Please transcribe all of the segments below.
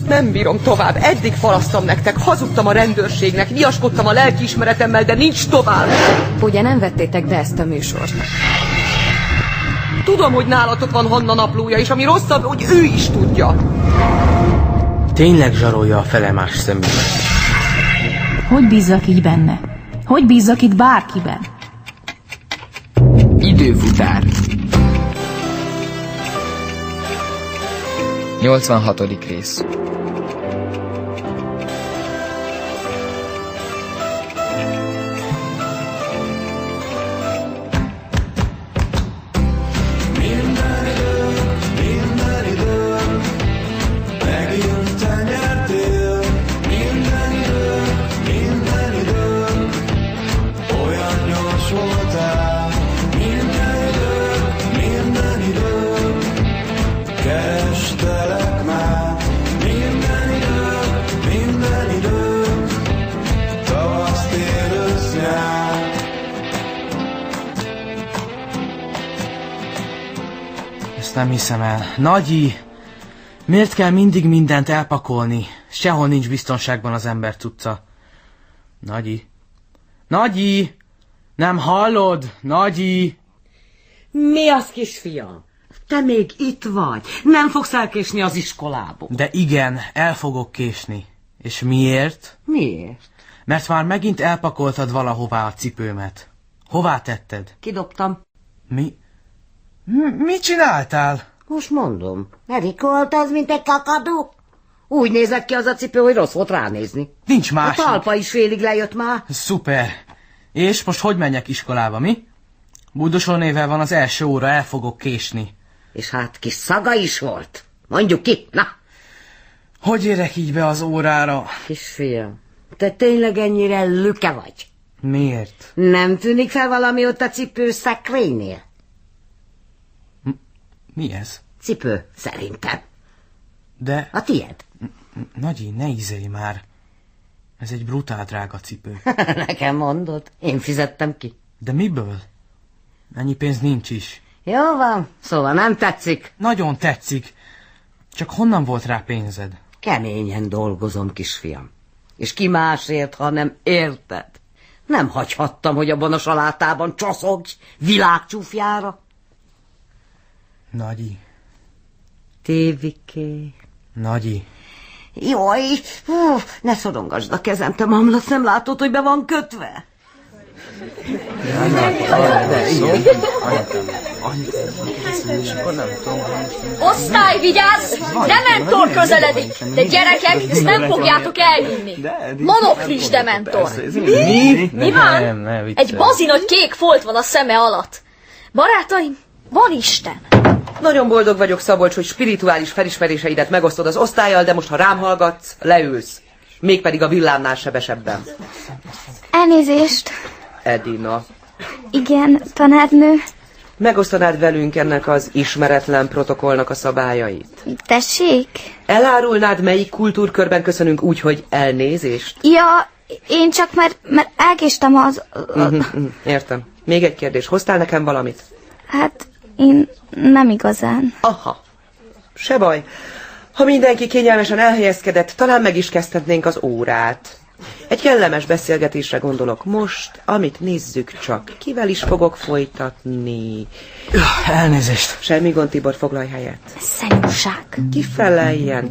Nem bírom tovább. Eddig falasztam nektek, hazudtam a rendőrségnek, viaskodtam a lelkiismeretemmel, de nincs tovább. Ugye nem vettétek be ezt a műsort? Tudom, hogy nálatok van Hanna naplója, és ami rosszabb, hogy ő is tudja. Tényleg zsarolja a felemás szemümet. Hogy bízzak így benne? Hogy bízzak itt bárkiben? Időfutár 86. rész. Nem hiszem el. Nagyi, miért kell mindig mindent elpakolni? Sehol nincs biztonságban az ember cucca. Nagyi. Nagyi! Nem hallod? Nagyi! Mi az, kisfiam? Te még itt vagy. Nem fogsz elkésni az iskolából. De igen, el fogok késni. És miért? Miért? Mert már megint elpakoltad valahová a cipőmet. Hová tetted? Kidobtam. Mit csináltál? Most mondom. Erikolt az, mint egy kakadó? Úgy nézett ki az a cipő, hogy rossz volt ránézni. Nincs másik. A talpa is félig lejött már. Szuper. És most hogy menjek iskolába, mi? Buldosónével van az első óra, el fogok késni. És hát kis szaga is volt. Mondjuk ki, na. Hogy érek így be az órára? Kisfiam, te tényleg ennyire lüke vagy? Miért? Nem tűnik fel valami ott a cipő szekrénynél? Mi ez? Cipő, szerintem. De... A tiéd. Nagyi, ne ízelj már. Ez egy brutál drága cipő. Nekem mondod, én fizettem ki. De miből? Ennyi pénz nincs is. Jó van, szóval nem tetszik. Nagyon tetszik. Csak honnan volt rá pénzed? Keményen dolgozom, kisfiam. És ki másért, ha nem érted? Nem hagyhattam, hogy abban a salátában csoszogj világcsúfjára. Nagyi. Téviké. Nagyi. Jaj, ne szorongasd a kezem, te mamlasz, nem látod, hogy be van kötve? Osztály, vigyázz! Dementor közeledik! De gyerekek, ezt nem fogjátok elhinni. Monoklis dementor. Mi van? Egy bazinagy kék folt van a szeme alatt. Barátaim, van Isten. Nagyon boldog vagyok, Szabolcs, hogy spirituális felismeréseidet megosztod az osztállyal, de most, ha rám hallgatsz, leülsz. Mégpedig a villámnál sebesebben. Elnézést. Edina. Igen, tanárnő. Megosztanád velünk ennek az ismeretlen protokollnak a szabályait? Tessék? Elárulnád, melyik kultúrkörben köszönünk úgy, hogy elnézést? Ja, én csak mert elkéstem az... Értem. Még egy kérdés. Hoztál nekem valamit? Hát, én nem igazán. Aha. Se baj. Ha mindenki kényelmesen elhelyezkedett, talán meg is kezdhetnénk az órát. Egy kellemes beszélgetésre gondolok most, amit nézzük csak. Kivel is fogok folytatni? Elnézést. Semmi gond, Tibor, foglalj helyet. Szanyúság. Kifeleljen.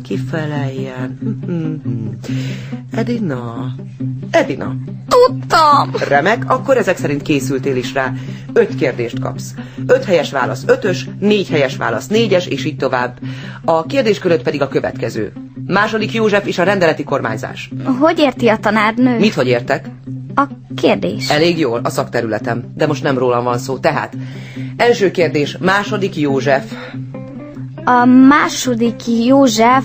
Edina. Tudtam. Remek, akkor ezek szerint készültél is rá. 5 kérdést kapsz. 5 helyes válasz 5-ös, 4 helyes válasz 4-es, és így tovább. A kérdésköröd pedig a következő. II. József és a rendeleti kormányzás. Hogy érti a tanárnő? Mit, hogy értek? A kérdés. Elég jól, a szakterületem, de most nem rólam van szó. Tehát, első kérdés, II. József. A II. József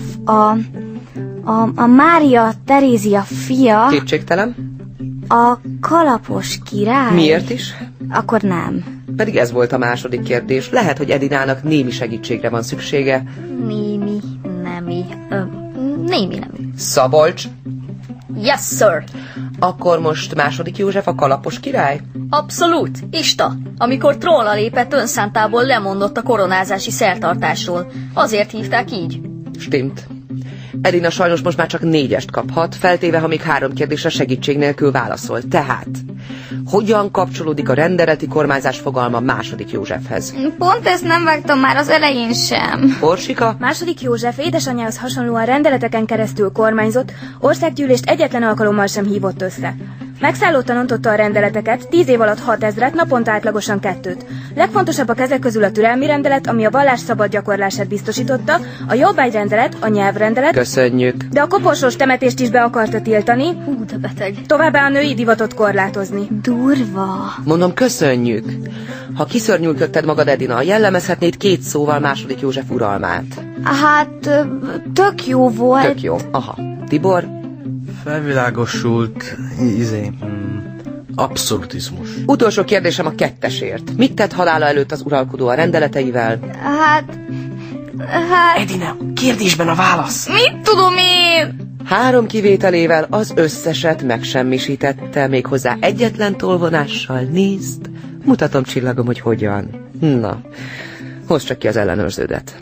a Mária Terézia fia. Kétségtelen. A kalapos király. Miért is? Akkor nem. Pedig ez volt a második kérdés. Lehet, hogy Edinának némi segítségre van szüksége. Némi. Szabolcs. Yes, sir. Akkor most II. József a kalapos király? Abszolút. Ista, amikor trónra lépett, önszántából lemondott a koronázási szertartásról. Azért hívták így. Stimmt. Edina sajnos most már csak 4-est kaphat, feltéve, ha még 3 kérdésre segítség nélkül válaszol. Tehát, hogyan kapcsolódik a rendeleti kormányzás fogalma II. Józsefhez? Pont ezt nem vágtam már az elején sem. Orsika? II. József édesanyjához hasonlóan rendeleteken keresztül kormányzott, országgyűlést egyetlen alkalommal sem hívott össze. Megszállottan ontotta a rendeleteket, 10 év alatt 6 000, naponta átlagosan 2. Legfontosabbak ezek közül a türelmi rendelet, ami a vallás szabad gyakorlását biztosította, a jobbágyrendelet, a nyelvrendelet. Köszönjük. De a koporsós temetést is be akarta tiltani. De beteg. Továbbá a női divatot korlátozni. Durva. Mondom, köszönjük. Ha kiszörnyűködted magad, Edina, jellemezhetnéd 2 szóval II. József uralmát. Hát, tök jó volt. Tök jó. Aha. Tibor? Felvilágosult, abszurdizmus. Utolsó kérdésem a 2-esért. Mit tett halála előtt az uralkodó a rendeleteivel? Hát... Edina, kérdésben a válasz. Mit tudom én? 3 kivételével az összeset megsemmisítette, méghozzá egyetlen tolvonással. Nézd, mutatom csillagom, hogy hogyan. Na, hozd csak ki az ellenőrződet.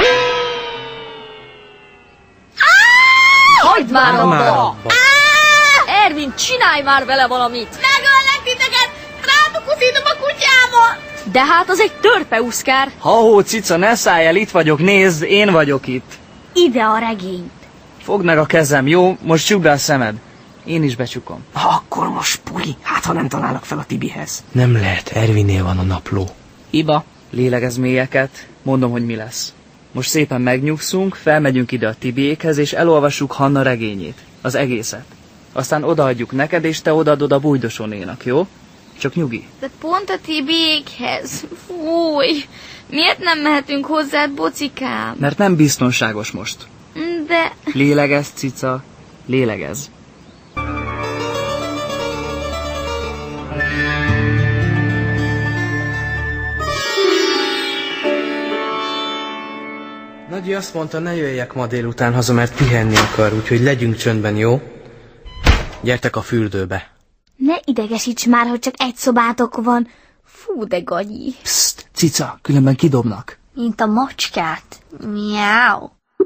Hagyd már abba! Ervin, csinálj már vele valamit! Megöllek titeket! Rátok uszítom a kutyámat! De hát az egy törpeuszkár! Ha-hó, cica, ne szállj el, itt vagyok, nézd, én vagyok itt. Ide a regényt. Fogd meg a kezem, jó? Most csukd be a szemed. Én is becsukom. Akkor most puli, hát ha nem találnak fel a Tibihez. Nem lehet, Ervinnél van a napló. Iba, lélegezz mélyeket, mondom, hogy mi lesz. Most szépen megnyugszunk, felmegyünk ide a Tibiékhez, és elolvassuk Hanna regényét. Az egészet. Aztán odaadjuk neked, és te odaadod a Bújdosonénak, jó? Csak nyugi. De pont a Tibiékhez. Fúj, miért nem mehetünk hozzád, bocikám? Mert nem biztonságos most. De... Lélegezz, cica, lélegezz. Nagyi azt mondta, ne jöjjek ma délután haza, mert pihenni akar, úgyhogy legyünk csöndben, jó? Gyertek a fürdőbe. Ne idegesíts már, hogy csak egy szobátok van. Fú, de gagyi. Pszt, cica, különben kidobnak. Mint a macskát. Miau.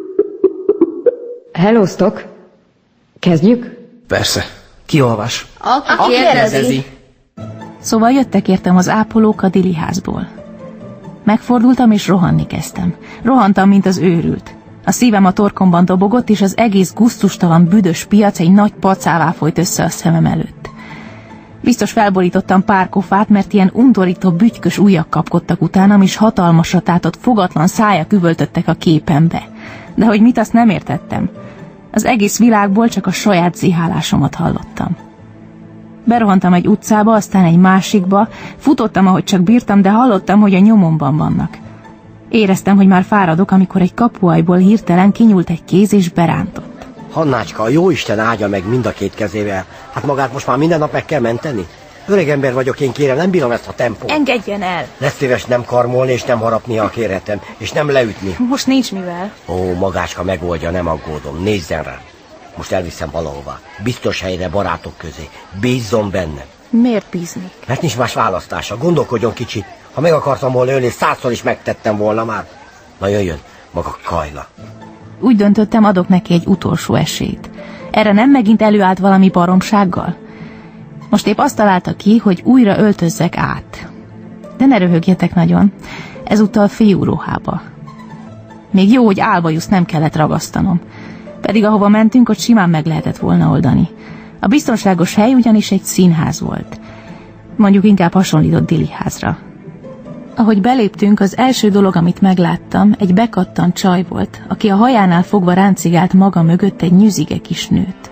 Hellóztok? Kezdjük? Persze. Ki olvas? Aki kérdezi. Szóval jöttek értem az ápolók a Dili házból. Megfordultam és rohanni kezdtem. Rohantam, mint az őrült. A szívem a torkomban dobogott, és az egész gusztustalan büdös piac egy nagy pacává folyt össze a szemem előtt. Biztos felborítottam pár kofát, mert ilyen undorító bütykös ujjak kapkodtak utánam, és hatalmasra tátott fogatlan szájak üvöltöttek a képembe. De hogy mit, azt nem értettem. Az egész világból csak a saját zihálásomat hallottam. Berohantam egy utcába, aztán egy másikba, futottam, ahogy csak bírtam, de hallottam, hogy a nyomomban vannak. Éreztem, hogy már fáradok, amikor egy kapuajból hirtelen kinyúlt egy kéz és berántott. Hannácska, a jóisten áldja meg mind a 2 kezével. Hát magát most már minden nap meg kell menteni? Öreg ember vagyok én, kérem, nem bírom ezt a tempót. Engedjen el! Lesz szíves nem karmolni és nem harapni, ha kérhetem, és nem leütni. Most nincs mivel. Ó, magácska megoldja, nem aggódom, nézzen rá. Most elviszem valahova, biztos helyre, barátok közé. Bízzon bennem. Miért bíznék? Mert nincs más választása, gondolkodjon kicsit. Ha meg akartam volna ölni, 100-szor is megtettem volna már. Na jöjjön, maga Kajla. Úgy döntöttem, adok neki egy utolsó esélyt. Erre nem megint előállt valami baromsággal? Most épp azt találta ki, hogy újra öltözzek át. De ne röhögjetek nagyon. Ezúttal fiúruhába. Még jó, hogy álbajuszt nem kellett ragasztanom. Pedig ahova mentünk, ott simán meg lehetett volna oldani. A biztonságos hely ugyanis egy színház volt. Mondjuk inkább hasonlított Dili házra. Ahogy beléptünk, az első dolog, amit megláttam, egy bekattant csaj volt, aki a hajánál fogva ráncigált maga mögött egy nyüzige kis nőt.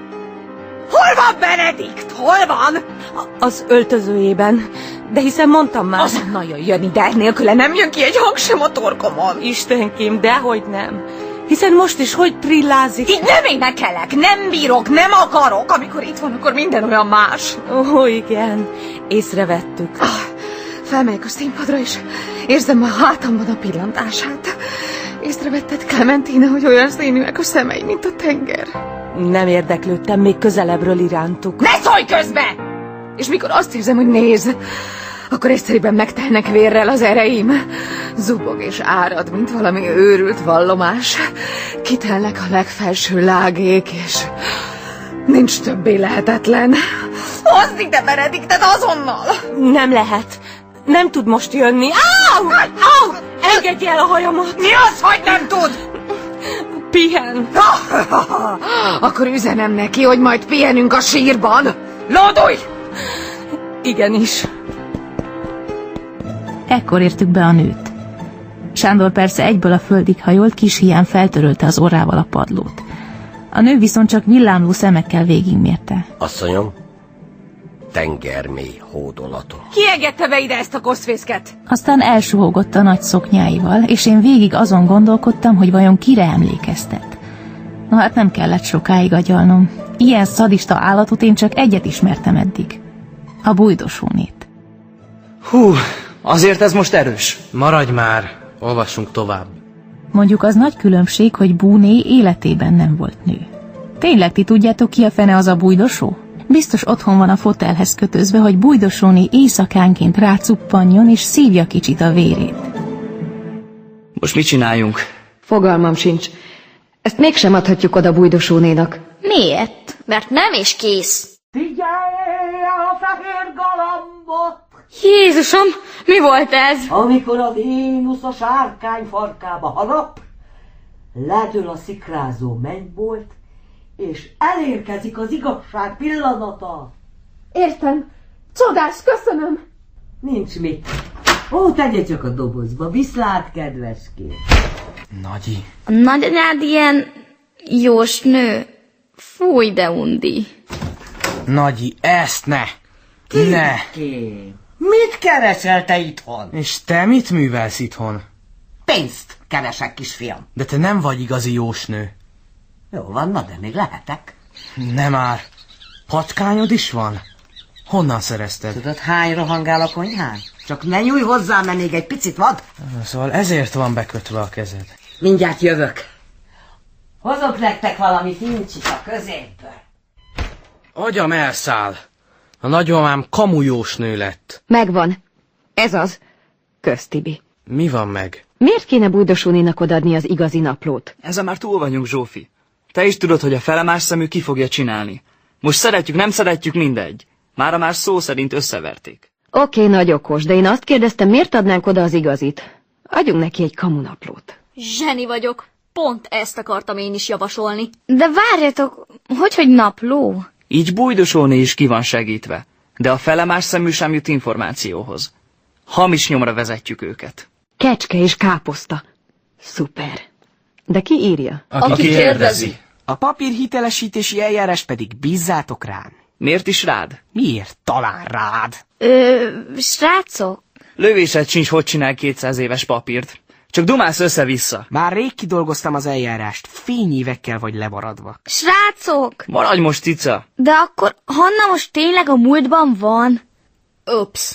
Hol van Benedikt? Hol van? Az öltözőjében. De hiszen mondtam már. Azonnal jöjjön ide, nélküle nem jön ki egy hang sem a torkomon. Istenkém, dehogy nem. Hiszen most is hogy trillázik. Így nem énekelek, nem bírok, nem akarok. Amikor itt van, akkor minden olyan más. Ó, igen. Észrevettük. Felmegyek a színpadra, és érzem a hátamban a pillantását. Észrevetted, Clementina, hogy olyan színűek a szemei, mint a tenger? Nem érdeklődtem még közelebbről irántuk. Ne szólj közbe! És mikor azt érzem, hogy néz, akkor egyszerűen megtelnek vérrel az ereim. Zubog és árad, mint valami őrült vallomás. Kitelnek a legfelső lágék, és nincs többé lehetetlen. Hozd ide Benediktet azonnal! Nem lehet. Nem tud most jönni. Áú! Áú! Engedj el a hajamat! Mi az, hogy nem tud? Pihen. Akkor üzenem neki, hogy majd pihenünk a sírban. Lódulj! Igenis. Ekkor értük be a nőt. Sándor persze egyből a földig hajolt, kis híján feltörölte az orrával a padlót. A nő viszont csak villámló szemekkel végigmérte. Asszonyom, tengermély hódolatok. Ki engedte be ide ezt a koszfészket? Aztán elsuhogott a nagy szoknyáival, és én végig azon gondolkodtam, hogy vajon kire emlékeztet. Na hát nem kellett sokáig agyalnom. Ilyen szadista állatot én csak egyet ismertem eddig. A bújdosónét. Hú, azért ez most erős. Maradj már, olvassunk tovább. Mondjuk az nagy különbség, hogy Búné életében nem volt nő. Tényleg ti tudjátok, ki a fene az a bújdosó? Biztos otthon van a fotelhez kötözve, hogy bújdosóné éjszakánként rácuppanjon és szívja kicsit a vérét. Most mit csináljunk? Fogalmam sincs. Ezt mégsem adhatjuk oda bújdosónénak. Miért? Mert nem és kész. Figyelj a fehér galambot! Jézusom, mi volt ez? Amikor a Vénusz a sárkány farkába harap, ledől a szikrázó mennybolt, és elérkezik az igazság pillanata. Értem. Csodás, köszönöm. Nincs mit. Ó, tegye csak a dobozba, viszlát, kedveském. Nagyi. A nagyanyád ilyen jós nő. Fúj, de undi. Nagyi, ezt ne! Ne! Titkém, mit keresel te itthon? És te mit művelsz itthon? Pénzt keresek, kisfiam. De te nem vagy igazi jósnő. Jó van, na de még lehetek. Nem már. Patkányod is van? Honnan szerezted? Tudod, hány rohangál a konyhán? Csak ne nyújj hozzá, mert még egy picit vad. Szóval ezért van bekötve a kezed. Mindjárt jövök. Hozok nektek valami fincsit a középből. Agyam elszáll. A nagymamám kamujósnő lett. Megvan. Ez az. Köztibi. Mi van meg? Miért kéne bújdosónénak odaadni az igazi naplót? Ezzel már túl vagyunk, Zsófi. Te is tudod, hogy a felemás szemű ki fogja csinálni. Most szeretjük, nem szeretjük, mindegy. Mára már szó szerint összeverték. Oké, nagy okos, de én azt kérdeztem, miért adnánk oda az igazit? Adjunk neki egy kamunaplót. Zseni vagyok. Pont ezt akartam én is javasolni. De várjatok, hogy napló? Így bújdosóné is ki van segítve, de a felemás szemű sem jut információhoz. Hamis nyomra vezetjük őket. Kecske és káposzta. Szuper. De ki írja? Aki kérdezi. A papírhitelesítési eljárás pedig bízzátok rám. Miért is rád? Miért talán rád? Srácok? Lövésed sincs, hogy csinál 200 éves papírt. Csak dumálsz össze-vissza. Már rég kidolgoztam az eljárást, fényévekkel vagy lemaradva. Srácok! Maradj most, cica! De akkor Hanna most tényleg a múltban van? Ups.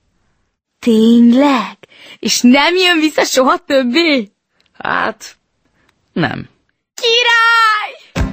Tényleg? És nem jön vissza soha többé? Hát, nem. Király!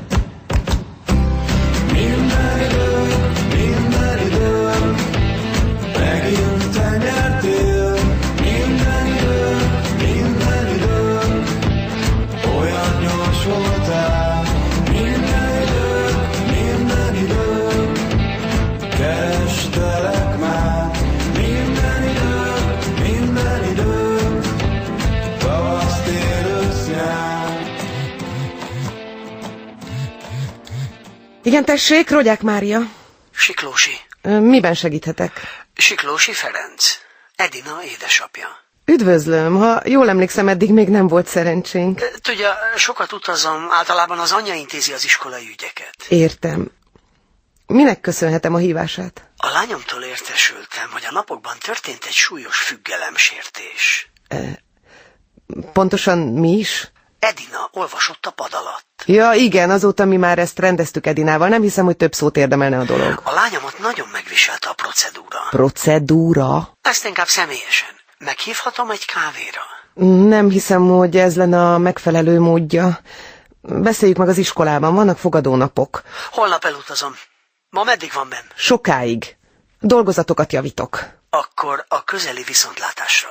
Igen, tessék, Rogyák Mária. Siklósi. Miben segíthetek? Siklósi Ferenc. Edina édesapja. Üdvözlöm, ha jól emlékszem, eddig még nem volt szerencsénk. Tudja, sokat utazom, általában az anyja intézi az iskolai ügyeket. Értem. Minek köszönhetem a hívását? A lányomtól értesültem, hogy a napokban történt egy súlyos függelemsértés. Pontosan mi is? Edina olvasott a pad alatt. Ja, igen, azóta mi már ezt rendeztük Edinával. Nem hiszem, hogy több szót érdemelne a dolog. A lányomat nagyon megviselte a procedúra. Procedúra? Ezt inkább személyesen. Meghívhatom egy kávéra? Nem hiszem, hogy ez lenne a megfelelő módja. Beszéljük meg az iskolában, vannak fogadónapok. Holnap elutazom. Ma meddig van benn? Sokáig. Dolgozatokat javítok. Akkor a közeli viszontlátásra.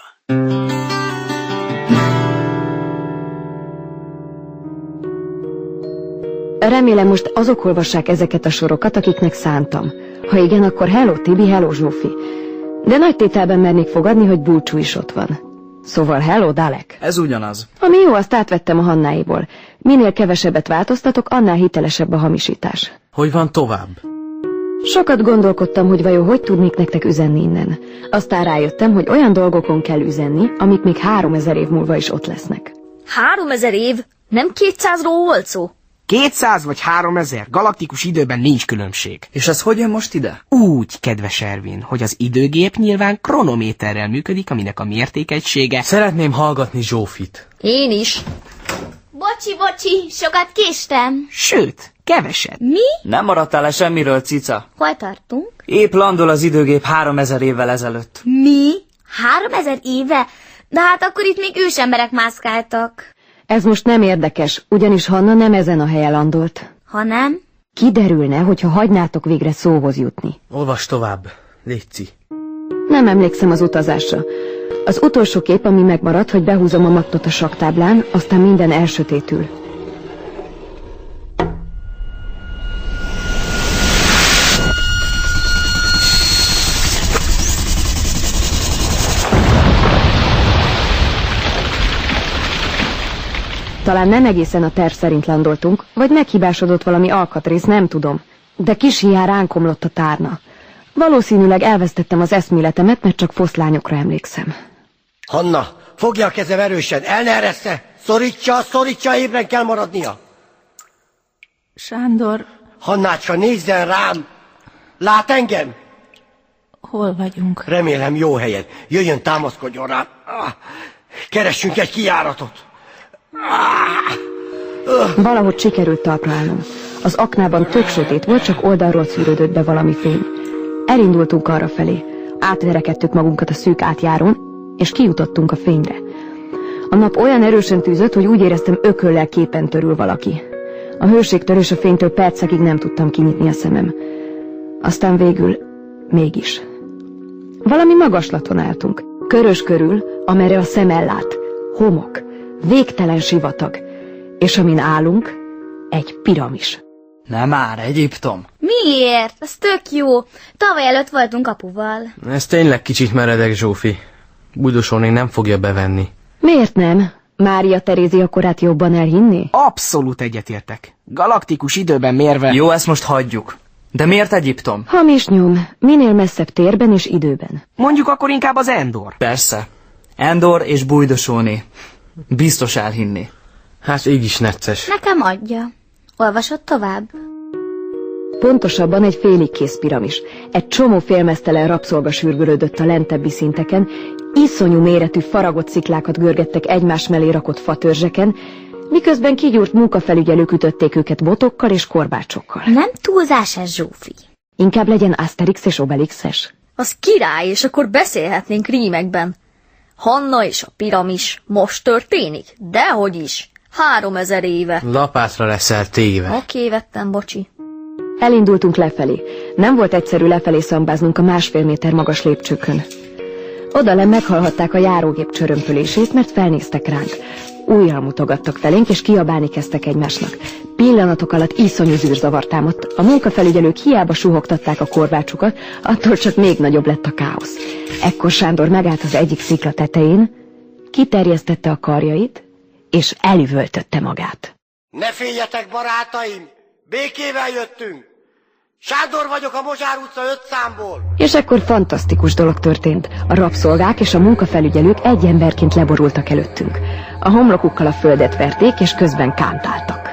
Remélem most azok olvassák ezeket a sorokat, akiknek szántam. Ha igen, akkor hello Tibi, hello Zsófi. De nagy tételben mernék fogadni, hogy Bulcsú is ott van. Szóval hello Dalek. Ez ugyanaz. Ami jó, azt átvettem a Hannáiból. Minél kevesebbet változtatok, annál hitelesebb a hamisítás. Hogy van tovább? Sokat gondolkodtam, hogy vajon hogy tudnék nektek üzenni innen. Aztán rájöttem, hogy olyan dolgokon kell üzenni, amik még 3000 év múlva is ott lesznek. 3000 év? Nem 200-ról volt szó? 200 vagy 3000, galaktikus időben nincs különbség. És ez hogy jön most ide? Úgy, kedves Ervin, hogy az időgép nyilván kronométerrel működik, aminek a mértékegysége... Szeretném hallgatni Zsófit. Én is. Bocsi, sokat késtem. Sőt, keveset. Mi? Nem maradtál le semmiről, cica. Hol tartunk? Épp landol az időgép 3000 évvel ezelőtt. Mi? 3000 éve? De hát akkor itt még ősemberek mászkáltak. Ez most nem érdekes, ugyanis Hanna nem ezen a helyen landolt. Ha nem? Kiderülne, hogyha hagynátok végre szóhoz jutni. Olvasd tovább, létszi. Nem emlékszem az utazásra. Az utolsó kép, ami megmaradt, hogy behúzom a maktot a sakktáblán, aztán minden elsötétül. Talán nem egészen a terv szerint landoltunk, vagy meghibásodott valami alkatrész, nem tudom. De kis hián ránk omlott a tárna. Valószínűleg elvesztettem az eszméletemet, mert csak foszlányokra emlékszem. Hanna, fogja a kezem erősen, el ne ereszte! Szorítsa, ébren kell maradnia! Sándor... Hannácska, nézzen rám! Lát engem? Hol vagyunk? Remélem jó helyen. Jöjjön, támaszkodjon rám. Keressünk egy kijáratot. Valahogy sikerült talpra állnom. Az aknában tök sötét volt, csak oldalról szűrődött be valami fény. Elindultunk arrafelé. Átverekedtük magunkat a szűk átjárón, és kijutottunk a fényre. A nap olyan erősen tűzött, hogy úgy éreztem, ököllel képen törül valaki. A hőségtől és a fénytől percekig nem tudtam kinyitni a szemem. Aztán végül mégis. Valami magaslaton álltunk. Körös körül, amerre a szem ellát. Homok, végtelen sivatag. És amin állunk, egy piramis. Nem már, Egyiptom. Miért? Ez tök jó. Tavaly előtt voltunk apuval. Ez tényleg kicsit meredek, Zsófi. Bujdosóné nem fogja bevenni. Miért nem? Mária Terézia korát jobban elhinni? Abszolút egyetértek. Galaktikus időben mérve... Jó, ezt most hagyjuk. De miért Egyiptom? Hamis nyom. Minél messzebb térben és időben. Mondjuk akkor inkább az Endor. Persze. Endor és Bujdosóné. Biztos elhinni. Hát így is necces. Nekem adja. Olvasod tovább? Pontosabban egy félig kész piramis. Egy csomó félmeztelen rabszolga sürgölődött a lentebbi szinteken, iszonyú méretű faragott sziklákat görgettek egymás mellé rakott fatörzseken, miközben kigyúrt munkafelügyelők ütötték őket botokkal és korbácsokkal. Nem túlzás ez, Zsófi. Inkább legyen Asterix és Obelixes. Az király, és akkor beszélhetnénk rímekben. Hanna és a piramis most történik? Dehogy is. 3000 éve. Lapátra leszel téve. Oké, vettem, bocsi. Elindultunk lefelé. Nem volt egyszerű lefelé szambáznunk a 1,5 méter magas lépcsőkön. Odalent meghallhatták a járógép csörömpölését, mert felnéztek ránk. Újjal mutogattak felénk, és kiabálni kezdtek egymásnak. Pillanatok alatt iszonyú zűrzavar támadt. A munkafelügyelők hiába suhogtatták a korbácsukat, attól csak még nagyobb lett a káosz. Ekkor Sándor megállt az egyik szikla tetején, kiterjesztette a karjait, és elüvöltötte magát. Ne féljetek, barátaim! Békével jöttünk! Sándor vagyok a Mozsár utca 5 számból! És ekkor fantasztikus dolog történt. A rabszolgák és a munkafelügyelők egy emberként leborultak előttünk. A homlokukkal a földet verték, és közben kántáltak.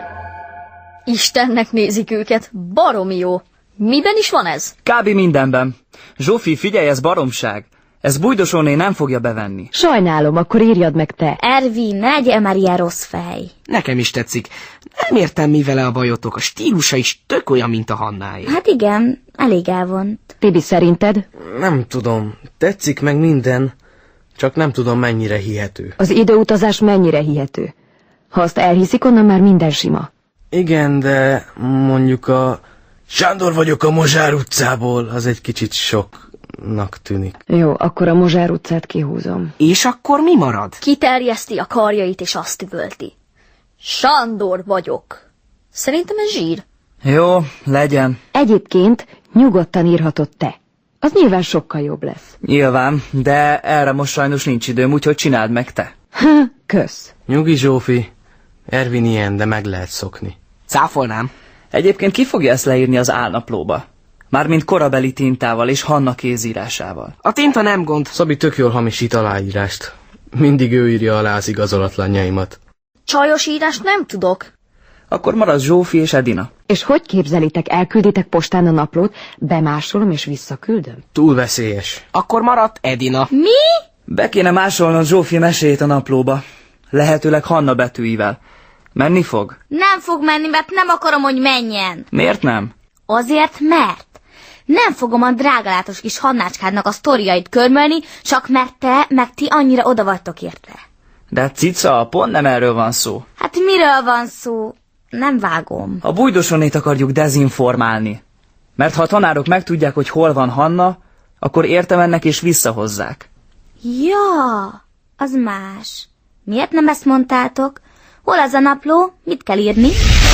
Istennek nézik őket, baromi jó. Miben is van ez? Kb. Mindenben. Zsófi, figyelj, ez baromság. Ez Bujdosóné nem fogja bevenni. Sajnálom, akkor írjad meg te. Ervin, ne legyél már ilyen rossz fej. Nekem is tetszik. Nem értem, mi vele a bajotok. A stílusa is tök olyan, mint a Hannáé. Hát igen, elég elvont. Tibi, szerinted? Nem tudom. Tetszik meg minden, csak nem tudom, mennyire hihető. Az időutazás mennyire hihető? Ha azt elhiszik, onnan már minden sima. Igen, de mondjuk a Sándor vagyok a Mozsár utcából, az egy kicsit sok. Nak tűnik. Jó, akkor a Mozsár utcát kihúzom. És akkor mi marad? Kiterjeszti a karjait és azt üvölti. Sándor vagyok. Szerintem ez zsír. Jó, legyen. Egyébként nyugodtan írhatod te. Az nyilván sokkal jobb lesz. Nyilván, de erre most sajnos nincs időm, úgyhogy csináld meg te. Kösz. Nyugi, Zsófi. Ervin ilyen, de meg lehet szokni. Cáfolnám. Egyébként ki fogja ezt leírni az álnaplóba? Mármint korabeli tintával és Hanna kézírásával. A tinta nem gond. Szabi tök jól hamisít aláírást. Mindig ő írja alá az igazolatlanjaimat. Csajos írást nem tudok. Akkor marad Zsófi és Edina. És hogy képzelitek, elkülditek postán a naplót, bemásolom és visszaküldöm? Túl veszélyes. Akkor maradt Edina. Mi? Be kéne másolnod Zsófi meséjét a naplóba. Lehetőleg Hanna betűivel. Menni fog? Nem fog menni, mert nem akarom, hogy menjen. Miért nem? Azért, mert nem fogom a drágalátos kis Hannácskádnak a sztoriait körmölni, csak mert te, meg ti annyira oda vagytok érte. De cica, pont nem erről van szó. Hát miről van szó? Nem vágom. A Bújdosonnét akarjuk dezinformálni. Mert ha a tanárok megtudják, hogy hol van Hanna, akkor érte mennek és visszahozzák. Ja, az más. Miért nem ezt mondtátok? Hol az a napló? Mit kell írni?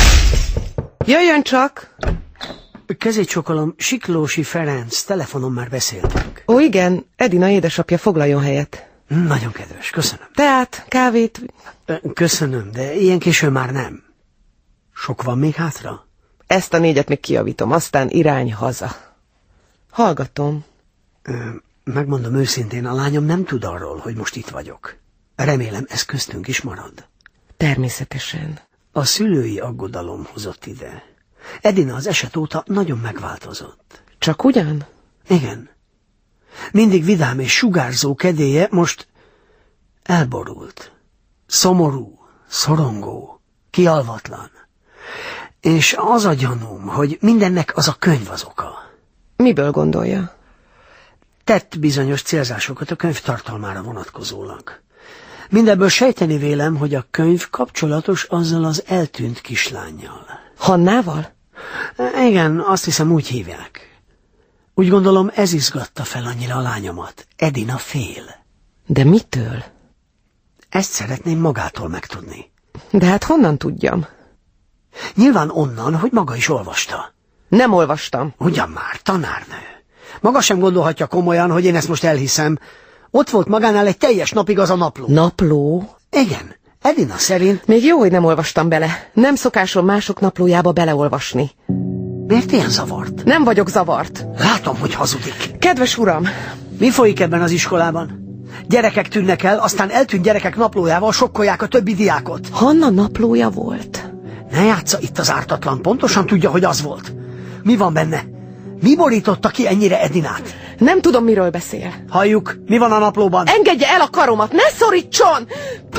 Jöjjön csak! Kezét csokolom, Siklósi Ferenc, telefonon már beszéltünk. Ó, igen, Edina édesapja foglaljon helyet. Nagyon kedves, köszönöm. Teát, kávét... Köszönöm, de ilyen késő már nem. Sok van még hátra? Ezt a 4 még kijavítom, aztán irány haza. Hallgatom. Megmondom őszintén, a lányom nem tud arról, hogy most itt vagyok. Remélem, ez köztünk is marad. Természetesen. A szülői aggodalom hozott ide. Edina az eset óta nagyon megváltozott. Csak ugyan? Igen. Mindig vidám és sugárzó kedélye most elborult. Szomorú, szorongó, kialvatlan. És az a gyanúm, hogy mindennek az a könyv az oka. Miből gondolja? Tett bizonyos célzásokat a könyv tartalmára vonatkozólag. Mindebből sejteni vélem, hogy a könyv kapcsolatos azzal az eltűnt kislánnyal. Hannával? Igen, azt hiszem úgy hívják. Úgy gondolom, ez izgatta fel annyira a lányomat. Edina fél. De mitől? Ezt szeretném magától megtudni. De hát honnan tudjam? Nyilván onnan, hogy maga is olvasta. Nem olvastam. Ugyan már, tanárnő. Maga sem gondolhatja komolyan, hogy én ezt most elhiszem. Ott volt magánál egy teljes napig az a napló. Napló? Igen. Edina szerint... Még jó, hogy nem olvastam bele. Nem szokásom mások naplójába beleolvasni. Miért ilyen zavart? Nem vagyok zavart. Látom, hogy hazudik. Kedves uram! Mi folyik ebben az iskolában? Gyerekek tűnnek el, aztán eltűnt gyerekek naplójával sokkolják a többi diákot. Hanna naplója volt. Ne játsza itt az ártatlan, pontosan tudja, hogy az volt. Mi van benne? Mi borította ki ennyire Edinát? Nem tudom, miről beszél. Halljuk, mi van a naplóban? Engedje el a karomat, ne szorítson!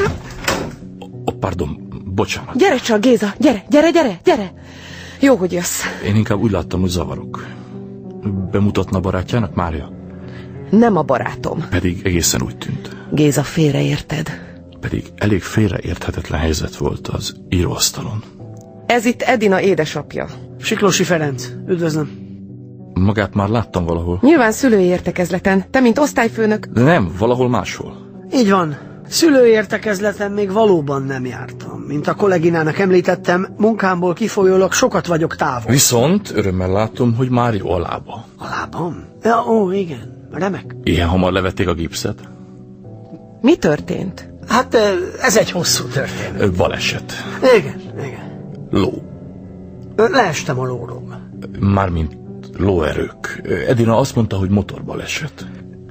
Pardon, bocsánat. Gyere csak, Géza, gyere! Jó, hogy jössz. Én inkább úgy láttam, hogy zavarok. Bemutatna barátjának, Mária? Nem a barátom. Pedig egészen úgy tűnt. Géza, félreérted. Pedig elég félreérthetetlen helyzet volt az íróasztalon. Ez itt Edina édesapja. Siklósi Ferenc, üdvözlöm. Magát már láttam valahol. Nyilván szülői értekezleten. Te, mint osztályfőnök... De nem, valahol máshol. Így van. Szülői értekezleten még valóban nem jártam. Mint a kolléginának említettem, munkámból kifolyólag sokat vagyok távol. Viszont örömmel látom, hogy már jó a lába. A lábam? Ja, ó, igen. Remek. Ilyen hamar levették a gipszet? Mi történt? Hát ez egy hosszú történet. Baleset. Igen. Ló. Leestem a lóról. Mármint lóerők. Edina azt mondta, hogy motorbaleset.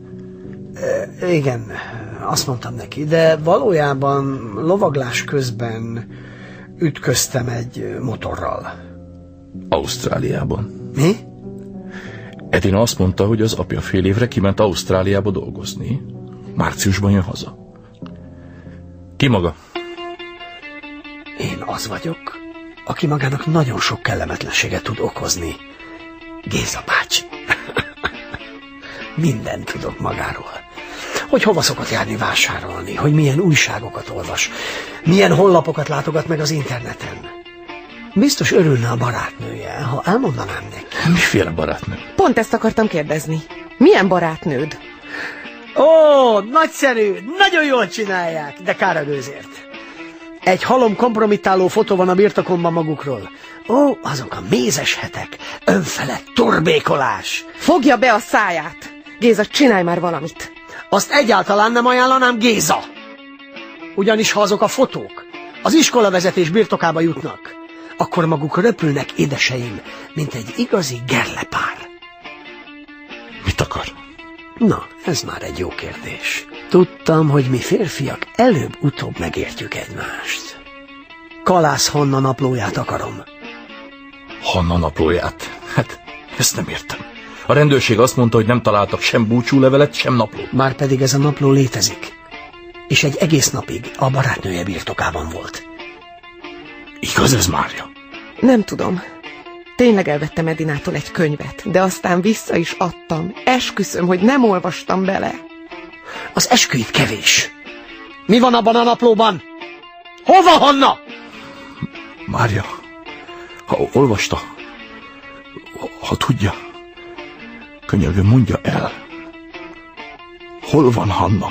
Igen, azt mondtam neki, de valójában lovaglás közben ütköztem egy motorral. Ausztráliában. Mi? Edina azt mondta, hogy az apja fél évre kiment Ausztráliába dolgozni. Márciusban jön haza. Ki maga? Én az vagyok, aki magának nagyon sok kellemetlenséget tud okozni. Géza bácsi. Mindent tudok magáról. Hogy hova szokott járni vásárolni, hogy milyen újságokat olvas, milyen honlapokat látogat meg az interneten. Biztos örülne a barátnője, ha elmondanám neki. Miféle barátnő? Pont ezt akartam kérdezni. Milyen barátnőd? Ó, nagyszerű, nagyon jól csinálják, de kár a gőzért. Egy halom kompromittáló fotó van a birtokomban magukról. Ó, azok a mézes hetek, önfelett turbékolás. Fogja be a száját! Géza, csinálj már valamit! Azt egyáltalán nem ajánlanám, Géza! Ugyanis ha azok a fotók az iskolavezetés birtokába jutnak, akkor maguk röpülnek, édeseim, mint egy igazi gerlepár. Mit akar? Na, ez már egy jó kérdés. Tudtam, hogy mi férfiak előbb-utóbb megértjük egymást. Kalász Hanna naplóját akarom. Hanna naplóját? Hát, ezt nem értem. A rendőrség azt mondta, hogy nem találtak sem búcsúlevelet, sem naplót. Márpedig ez a napló létezik. És egy egész napig a barátnője birtokában volt. Igaz ez, Mária? Nem tudom. Tényleg elvettem Edinától egy könyvet, de aztán vissza is adtam. Esküszöm, hogy nem olvastam bele. Az esküit kevés. Mi van abban a naplóban? Hova, Hanna? Mária, ha olvasta, ha tudja, könyörgöm, mondja el. Hol van Hanna?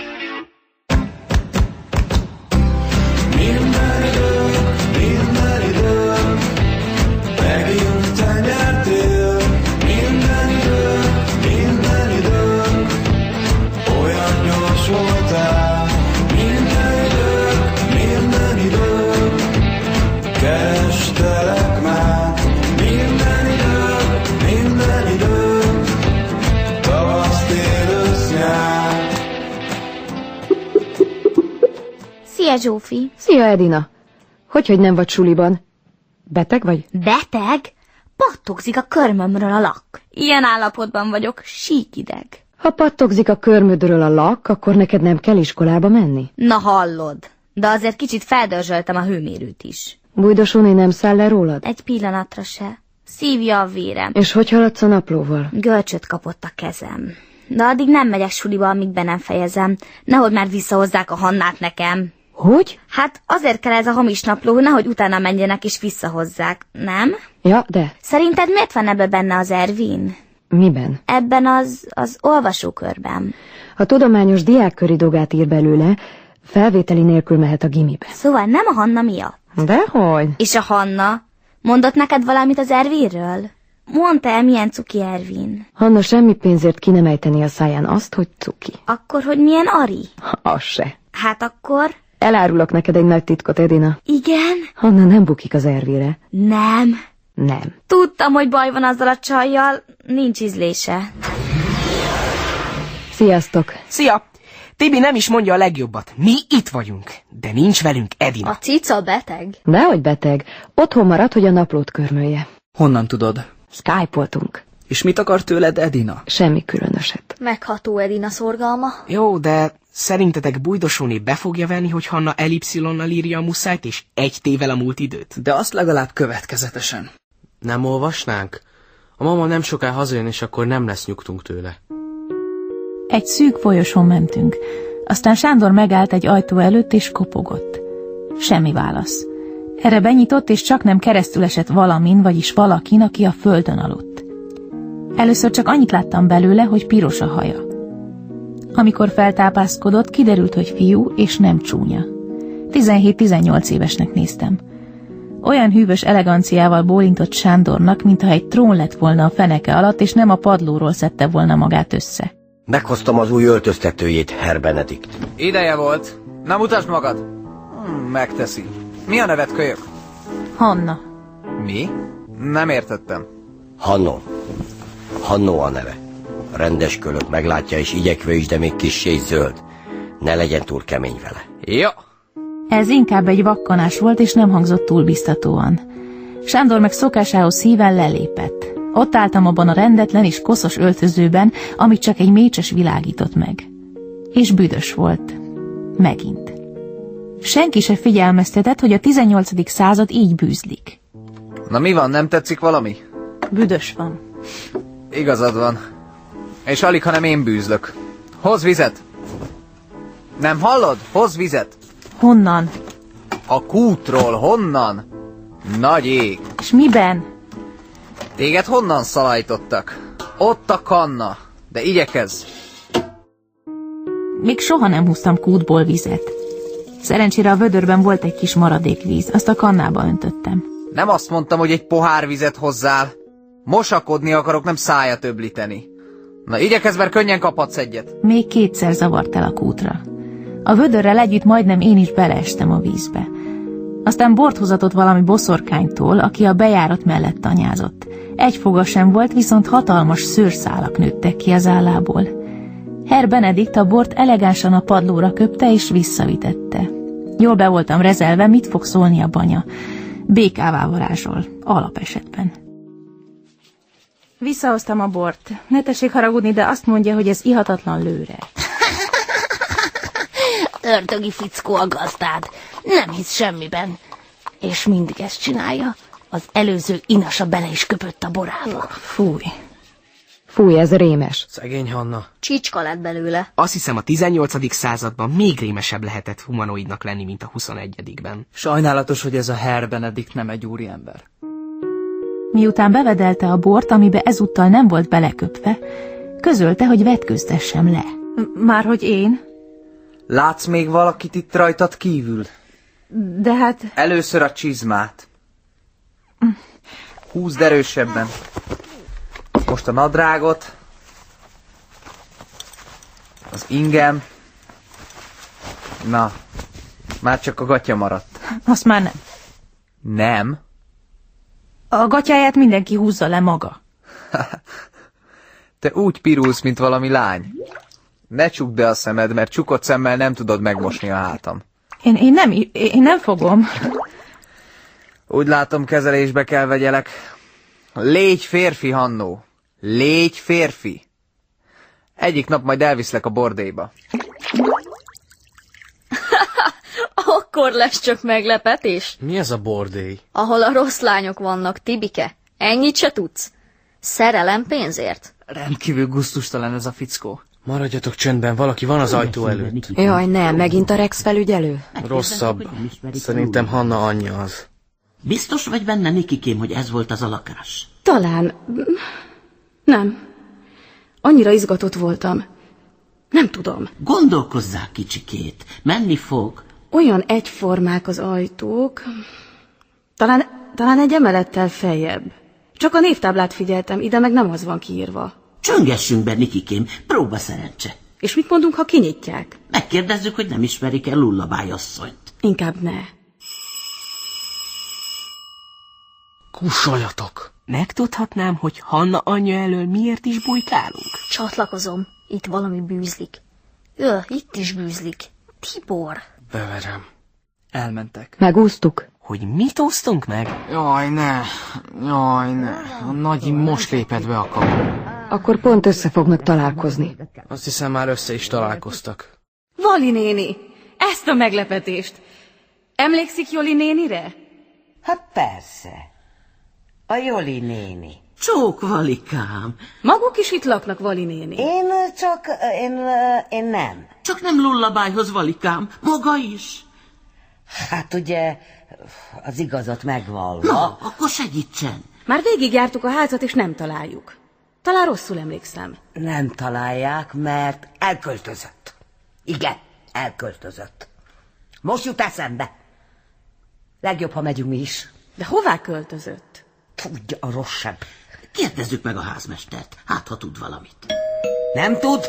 Szia, Zsófi! Szia, Edina! Hogy nem vagy suliban? Beteg vagy? Beteg? Pattogzik a körmömről a lak. Ilyen állapotban vagyok, síkideg. Ha pattogzik a körmödről a lak, akkor neked nem kell iskolába menni? Na hallod, de azért kicsit feldörzsöltem a hőmérőt is. Bújdosóné nem száll le rólad? Egy pillanatra se. Szívja a vérem. És hogy haladsz a naplóval? Görcsöt kapott a kezem. De addig nem megyek suliba, amíg be nem fejezem. Nehogy már visszahozzák a Hannát nekem. Hogy? Hát azért kell ez a hamis napló, hogy nehogy utána menjenek és visszahozzák, nem? Ja, de... Szerinted miért van ebben benne az Ervin? Miben? Ebben az olvasókörben. Ha tudományos diákköri dolgát ír belőle, felvételi nélkül mehet a gimibe. Szóval nem a Hanna miatt? Dehogy. És a Hanna? Mondott neked valamit az Ervinről? Mondta el, milyen cuki Ervin? Hanna semmi pénzért ki nem ejteni a száján azt, hogy cuki. Akkor, hogy milyen Ari? Az se. Hát akkor... Elárulok neked egy nagy titkot, Edina. Igen? Hanna nem bukik az Ervire. Nem. Nem. Tudtam, hogy baj van azzal a csajjal, nincs ízlése. Sziasztok. Szia! Tibi nem is mondja a legjobbat. Mi itt vagyunk, de nincs velünk Edina. A cica beteg? Dehogy beteg. Otthon marad, hogy a naplót körmölje. Honnan tudod? Skype-oltunk. És mit akar tőled Edina? Semmi különöset. Megható Edina szorgalma. Jó, de szerintetek Bújdosóné be fogja venni, hogy Hanna elipszilonnal írja a muszájt, és egy tével a múlt időt? De azt legalább következetesen. Nem olvasnánk? A mama nem soká hazajön, és akkor nem lesz nyugtunk tőle. Egy szűk folyosón mentünk. Aztán Sándor megállt egy ajtó előtt, és kopogott. Semmi válasz. Erre benyitott, és csak nem keresztül esett valamin, vagyis valakin, aki a földön aludt. Először csak annyit láttam belőle, hogy piros a haja. Amikor feltápászkodott, kiderült, hogy fiú, és nem csúnya. 17-18 évesnek néztem. Olyan hűvös eleganciával bólintott Sándornak, mintha egy trón lett volna a feneke alatt, és nem a padlóról szedte volna magát össze. Meghoztam az új öltöztetőjét, Herr Benedikt. Ideje volt. Na mutasd magad. Megteszi. Mi a neved, kölyök? Hanna. Mi? Nem értettem. Hanno. Hanno a neve. Rendes kölök, meglátja, és igyekvő is, de még kissé is zöld. Ne legyen túl kemény vele. Jó. Ez inkább egy vakkanás volt, és nem hangzott túl biztatóan. Sándor meg szokásához szíven lelépett. Ott álltam abban a rendetlen és koszos öltözőben, amit csak egy mécses világított meg. És büdös volt. Megint. Senki se figyelmeztetett, hogy a 18. század így bűzlik. Na mi van, nem tetszik valami? Büdös van. Igazad van. És alig, hanem én bűzlök. Hozz vizet! Nem hallod? Hozz vizet! Honnan? A kútról, honnan? Nagy ég! És miben? Téged honnan szalajtottak? Ott a kanna. De igyekezz! Még soha nem húztam kútból vizet. Szerencsére a vödörben volt egy kis maradékvíz, azt a kannába öntöttem. Nem azt mondtam, hogy egy pohár vizet hozzál. Mosakodni akarok, nem szájat öblíteni. Na igyekezz, mert könnyen kaphatsz egyet. Még kétszer zavart el a kútra. A vödörrel együtt majdnem én is beleestem a vízbe. Aztán bort hozatott valami boszorkánytól, aki a bejárat mellett tanyázott. Egy foga sem volt, viszont hatalmas szőrszálak nőttek ki az állából. Herr Benedikt a bort elegánsan a padlóra köpte és visszavitette. Jól be voltam rezelve, mit fog szólni a banya. Békává varázsol, alapesetben. Visszahoztam a bort. Ne tessék haragudni, de azt mondja, hogy ez ihatatlan lőre. Ördögi fickó a gazdád. Nem hisz semmiben. És mindig ezt csinálja. Az előző inasa bele is köpött a borába. Fúj. Fúj, ez rémes. Szegény Hanna. Csicska lett belőle. Azt hiszem, a 18. században még rémesebb lehetett humanoidnak lenni, mint a 21-ben. Sajnálatos, hogy ez a Herr Benedikt nem egy úriember. Miután bevedelte a bort, amibe ezúttal nem volt beleköpve, közölte, hogy vetköztessem le. Márhogy én? Látsz még valakit itt rajtad kívül? De hát... Először a csizmát. Húzd erősebben. Most a nadrágot. Az ingem. Na, már csak a gatya maradt. Azt már nem. Nem? A gatyáját mindenki húzza le maga. Te úgy pirulsz, mint valami lány. Ne csukd be a szemed, mert csukott szemmel nem tudod megmosni a hátam. Én nem fogom. Úgy látom, kezelésbe kell vegyelek. Légy férfi, Hannó. Légy férfi. Egyik nap majd elviszlek a bordélyba. Akkor lesz csak meglepetés. Mi ez a bordély? Ahol a rossz lányok vannak, Tibike. Ennyit se tudsz? Szerelem pénzért? Rendkívül gusztustalan ez a fickó. Maradjatok csöndben, valaki van az ajtó előtt. Jaj, nem, megint a Rex felügyelő? Rosszabb. Szerintem Hanna anyja az. Biztos vagy benne, Nikikém, hogy ez volt az a lakás? Talán. Nem. Annyira izgatott voltam. Nem tudom. Gondolkozzál kicsikét. Menni fog. Olyan egyformák az ajtók. Talán egy emelettel feljebb. Csak a névtáblát figyeltem, ide meg nem az van kiírva. Csöngessünk be, Nikikém, próba szerencse. És mit mondunk, ha kinyitják? Megkérdezzük, hogy nem ismerik el Lullabály asszonyt. Inkább ne. Kussoljatok! Megtudhatnám, hogy Hanna anyja elől miért is bujkálunk? Csatlakozom. Itt valami bűzlik. Itt is bűzlik. Tibor. Beverem. Elmentek. Megúsztuk. Hogy mit úsztunk meg? Jaj, ne. A nagyi most lépett be a kapu. Akkor pont össze fognak találkozni. Azt hiszem, már össze is találkoztak. Vali néni! Ezt a meglepetést! Emlékszik Joli nénire? Hát persze. A Joli néni. Csók, Valikám. Maguk is itt laknak, Vali néni. Én nem. Csak nem Lullabályhoz, Valikám. Maga is. Hát ugye, az igazat megvalva. Na, akkor segítsen. Már végigjártuk a házat, és nem találjuk. Talán rosszul emlékszem. Nem találják, mert elköltözött. Igen, elköltözött. Most jut eszembe. Legjobb, ha megyünk mi is. De hová költözött? Tudja a rosszabb. Kérdezzük meg a házmestert, hát ha tud valamit. Nem tud?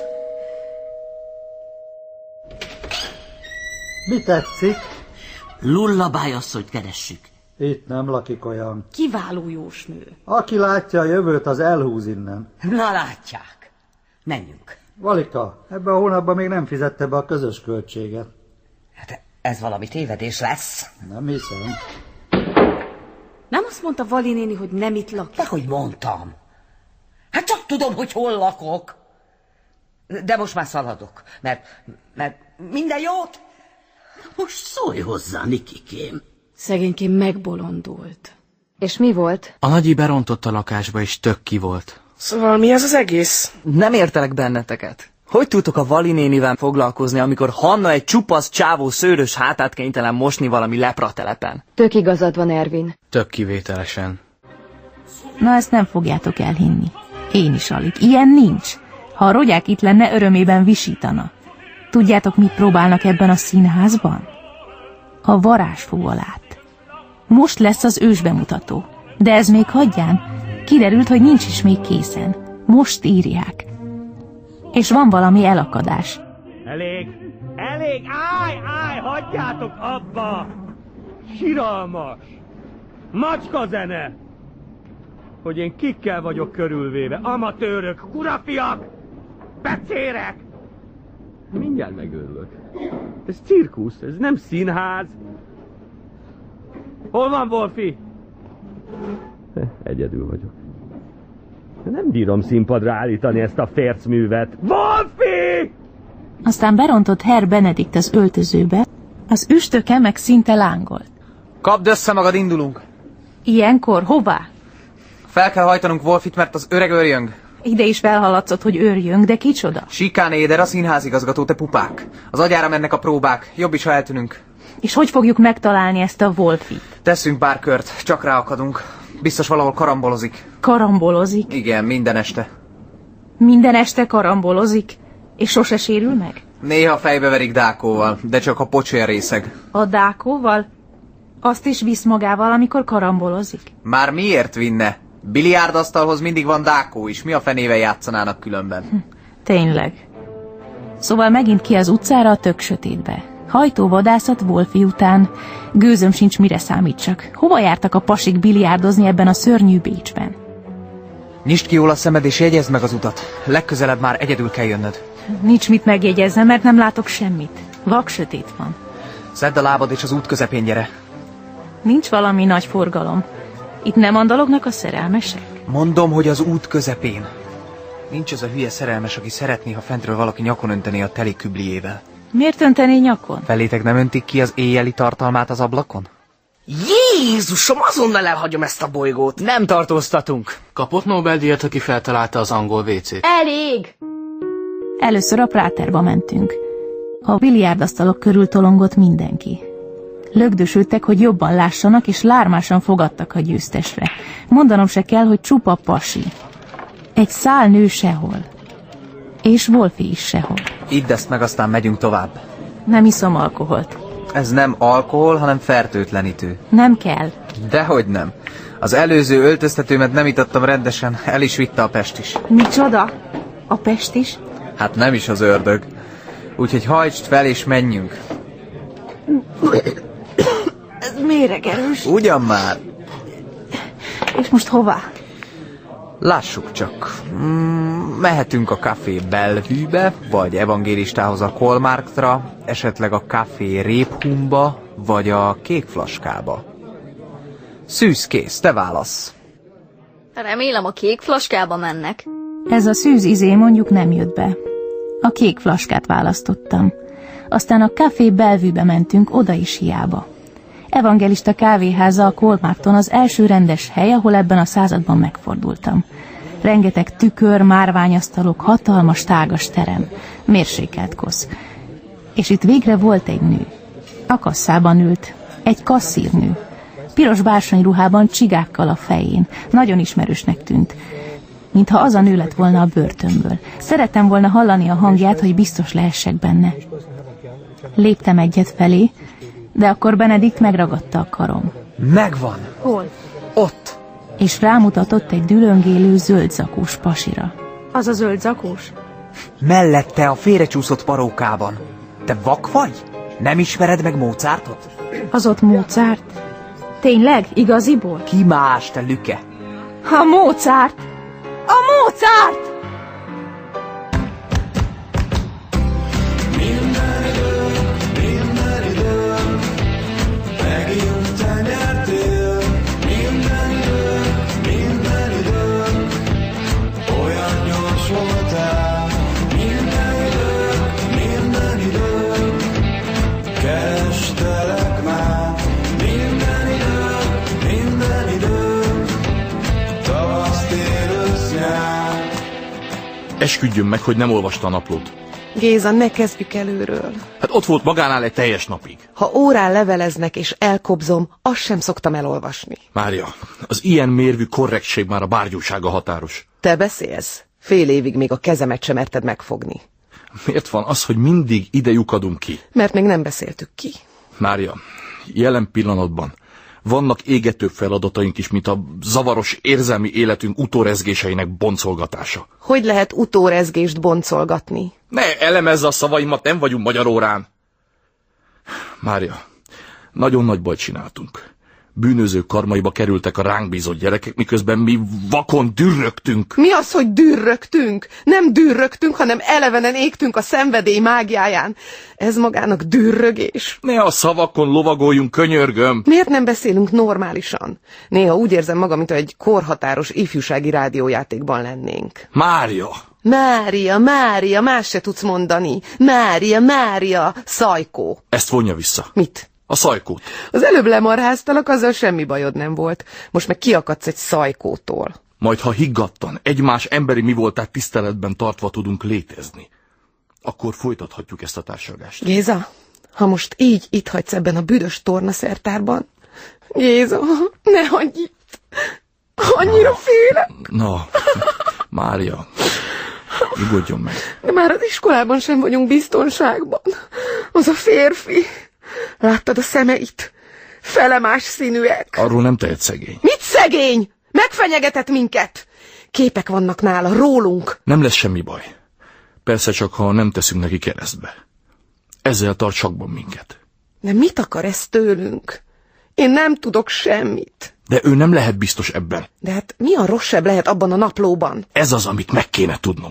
Mi tetszik? Lullabály asszonyt keressük. Itt nem lakik olyan. Kiváló jósnő. Aki látja a jövőt, az elhúz innen. Na látják. Menjünk. Valika, ebben a hónapban még nem fizette be a közös költséget. Hát ez valami tévedés lesz. Nem hiszem. Nem azt mondta Vali néni, hogy nem itt lakik? Dehogy mondtam. Hát csak tudom, hogy hol lakok. De most már szaladok, mert minden jót. Most szólj hozzá, Nikikém. Szegénykém megbolondult. És mi volt? A nagyi berontott a lakásba, és tök ki volt. Szóval mi ez az egész? Nem értelek benneteket. Hogy tudtok a Vali nénivel foglalkozni, amikor Hanna egy csupasz csávó szőrös hátát kénytelen mosni valami lepratelepen? Tök igazad van, Ervin. Tök kivételesen. Na, ezt nem fogjátok elhinni. Én is alig. Ilyen nincs. Ha a Rogyák itt lenne, örömében visítana. Tudjátok, mit próbálnak ebben a színházban? A varázsfúvalát. Most lesz az ősbemutató. De ez még hagyján. Kiderült, hogy nincs is még készen. Most írják. És van valami elakadás. Elég, állj, hagyjátok abba! Siralmas! Macska zene! Hogy én kikkel vagyok körülvéve, amatőrök, kurafiak, becérek! Mindjárt megőrülök. Ez cirkusz, ez nem színház. Hol van Wolfi? Egyedül vagyok. Nem bírom színpadra állítani ezt a fércművet. Wolfi! Aztán berontott Herr Benedikt az öltözőbe, az üstöke meg szinte lángolt. Kapd össze magad, indulunk! Ilyenkor hová? Fel kell hajtanunk Wolfit, mert az öreg őrjöng. Ide is felhaladszott, hogy őrjöng, de kicsoda? Sikán Éder, a színházigazgató, te pupák. Az agyára mennek a próbák, jobb is, ha eltűnünk. És hogy fogjuk megtalálni ezt a Wolfit? Teszünk pár kört, csak ráakadunk. Biztos valahol karambolozik. Karambolozik? Igen, minden este. Minden este karambolozik? És sose sérül meg? Néha fejbeverik dákóval, de csak a pocsér részeg. A dákóval? Azt is visz magával, amikor karambolozik? Már miért vinne? Biliárdasztalhoz mindig van dákó is. Mi a fenével játszanának különben? Tényleg. Szóval megint ki az utcára a tök sötétbe. Hajtóvadászat Wolfi után. Gőzöm sincs, mire számítsak. Hova jártak a pasik biliárdozni ebben a szörnyű Bécsben? Nyisd ki jól a szemed és jegyezd meg az utat. Legközelebb már egyedül kell jönnöd. Nincs mit megjegyezzem, mert nem látok semmit. Vak sötét van. Szedd a lábad és az út közepén gyere. Nincs valami nagy forgalom. Itt nem andalognak a szerelmesek? Mondom, hogy az út közepén. Nincs az a hülye szerelmes, aki szeretné, ha fentről valaki nyakon öntené a teli kübliével. Miért öntené nyakon? Felétek nem öntik ki az éjjeli tartalmát az ablakon? Jézusom, azonnal elhagyom ezt a bolygót. Nem tartóztatunk. Kapott Nobel-díjat, aki feltalálta az angol WC-t. Elég! Először a Práterba mentünk. A biliárdasztalok körül tolongott mindenki. Lögdösültek, hogy jobban lássanak, és lármásan fogadtak a győztesre. Mondanom se kell, hogy csupa pasi. Egy szál nő sehol. És Wolfi is sehol. Idd ezt meg, aztán megyünk tovább. Nem iszom alkoholt. Ez nem alkohol, hanem fertőtlenítő. Nem kell. Dehogy nem. Az előző öltöztetőmet nem itattam rendesen, el is vitte a Pest is. Micsoda? A Pest is? Hát nem is az ördög. Úgyhogy hajtsd fel és menjünk. Ez méregerős. Ugyan már. És most hová? Lássuk csak. Mehetünk a Café Bellevue-be, vagy evangélistához a Kolmarktra, esetleg a Café Réphumba, vagy a Kék Flaskába. Szűzkész, te válasz. Remélem a Kék Flaskába mennek. Ez a szűz izé mondjuk nem jött be. A Kék Flaskát választottam. Aztán a Café Bellevue-be mentünk, oda is hiába. Evangelista kávéháza a Kolmarkton az első rendes hely, ahol ebben a században megfordultam. Rengeteg tükör, márványasztalok, hatalmas, tágas terem, mérsékelt kosz. És itt végre volt egy nő. A kasszában ült. Egy kasszírnő. Piros bársonyruhában, csigákkal a fején. Nagyon ismerősnek tűnt. Mintha az a nő lett volna a börtönből. Szerettem volna hallani a hangját, hogy biztos lehessek benne. Léptem egyet felé, de akkor Benedikt megragadta a karom. Megvan! Hol? Ott! És rámutatott egy dülöngélő zöldzakós pasira. Az a zöldzakós? Mellette a félrecsúszott parókában. Te vak vagy? Nem ismered meg Mozartot? Az ott Mozart? Tényleg? Igaziból? Ki más, te lüke? A Mozart! A Mozart! Esküdjön meg, hogy nem olvasta a naplót. Géza, ne kezdjük előről. Hát ott volt magánál egy teljes napig. Ha órán leveleznek és elkobzom, azt sem szoktam elolvasni. Mária, az ilyen mérvű korrektség már a bárgyúsága határos. Te beszélsz? Fél évig még a kezemet sem merted megfogni. Miért van az, hogy mindig ide lyukadunk ki? Mert még nem beszéltük ki. Mária, jelen pillanatban vannak égetőbb feladataink is, mint a zavaros érzelmi életünk utórezgéseinek boncolgatása. Hogy lehet utórezgést boncolgatni? Ne elemezze a szavaimat, nem vagyunk magyar órán. Mária, nagyon nagy bajt csináltunk. Bűnözők karmaiba kerültek a ránk bízott gyerekek, miközben mi vakon dürrögtünk. Mi az, hogy dürrögtünk? Nem dürrögtünk, hanem elevenen égtünk a szenvedély mágiáján. Ez magának dürrögés. Ne a szavakon lovagoljunk, könyörgöm. Miért nem beszélünk normálisan? Néha úgy érzem magam, mint egy korhatáros ifjúsági rádiójátékban lennénk. Mária! Mária, más se tudsz mondani. Mária, szajkó. Ezt vonja vissza. Mit? A szajkót. Az előbb lemarháztalak, azzal semmi bajod nem volt. Most meg kiakadsz egy szajkótól. Majd ha higgadtan, egymás emberi mi voltát tiszteletben tartva tudunk létezni, akkor folytathatjuk ezt a társalgást. Géza, ha most így itt hagysz ebben a büdös tornaszertárban. Géza, ne hagyj itt. Annyira félek. Na, Mária, nyugodjon meg. De már az iskolában sem vagyunk biztonságban. Az a férfi. Láttad a szemeit? Felemás színűek. Arról nem tehet szegény. Mit szegény? Megfenyegetett minket. Képek vannak nála, rólunk. Nem lesz semmi baj. Persze csak, ha nem teszünk neki keresztbe. Ezzel tart sakban minket. De mit akar ez tőlünk? Én nem tudok semmit. De ő nem lehet biztos ebben. De hát mi a rosszabb lehet abban a naplóban? Ez az, amit meg kéne tudnunk.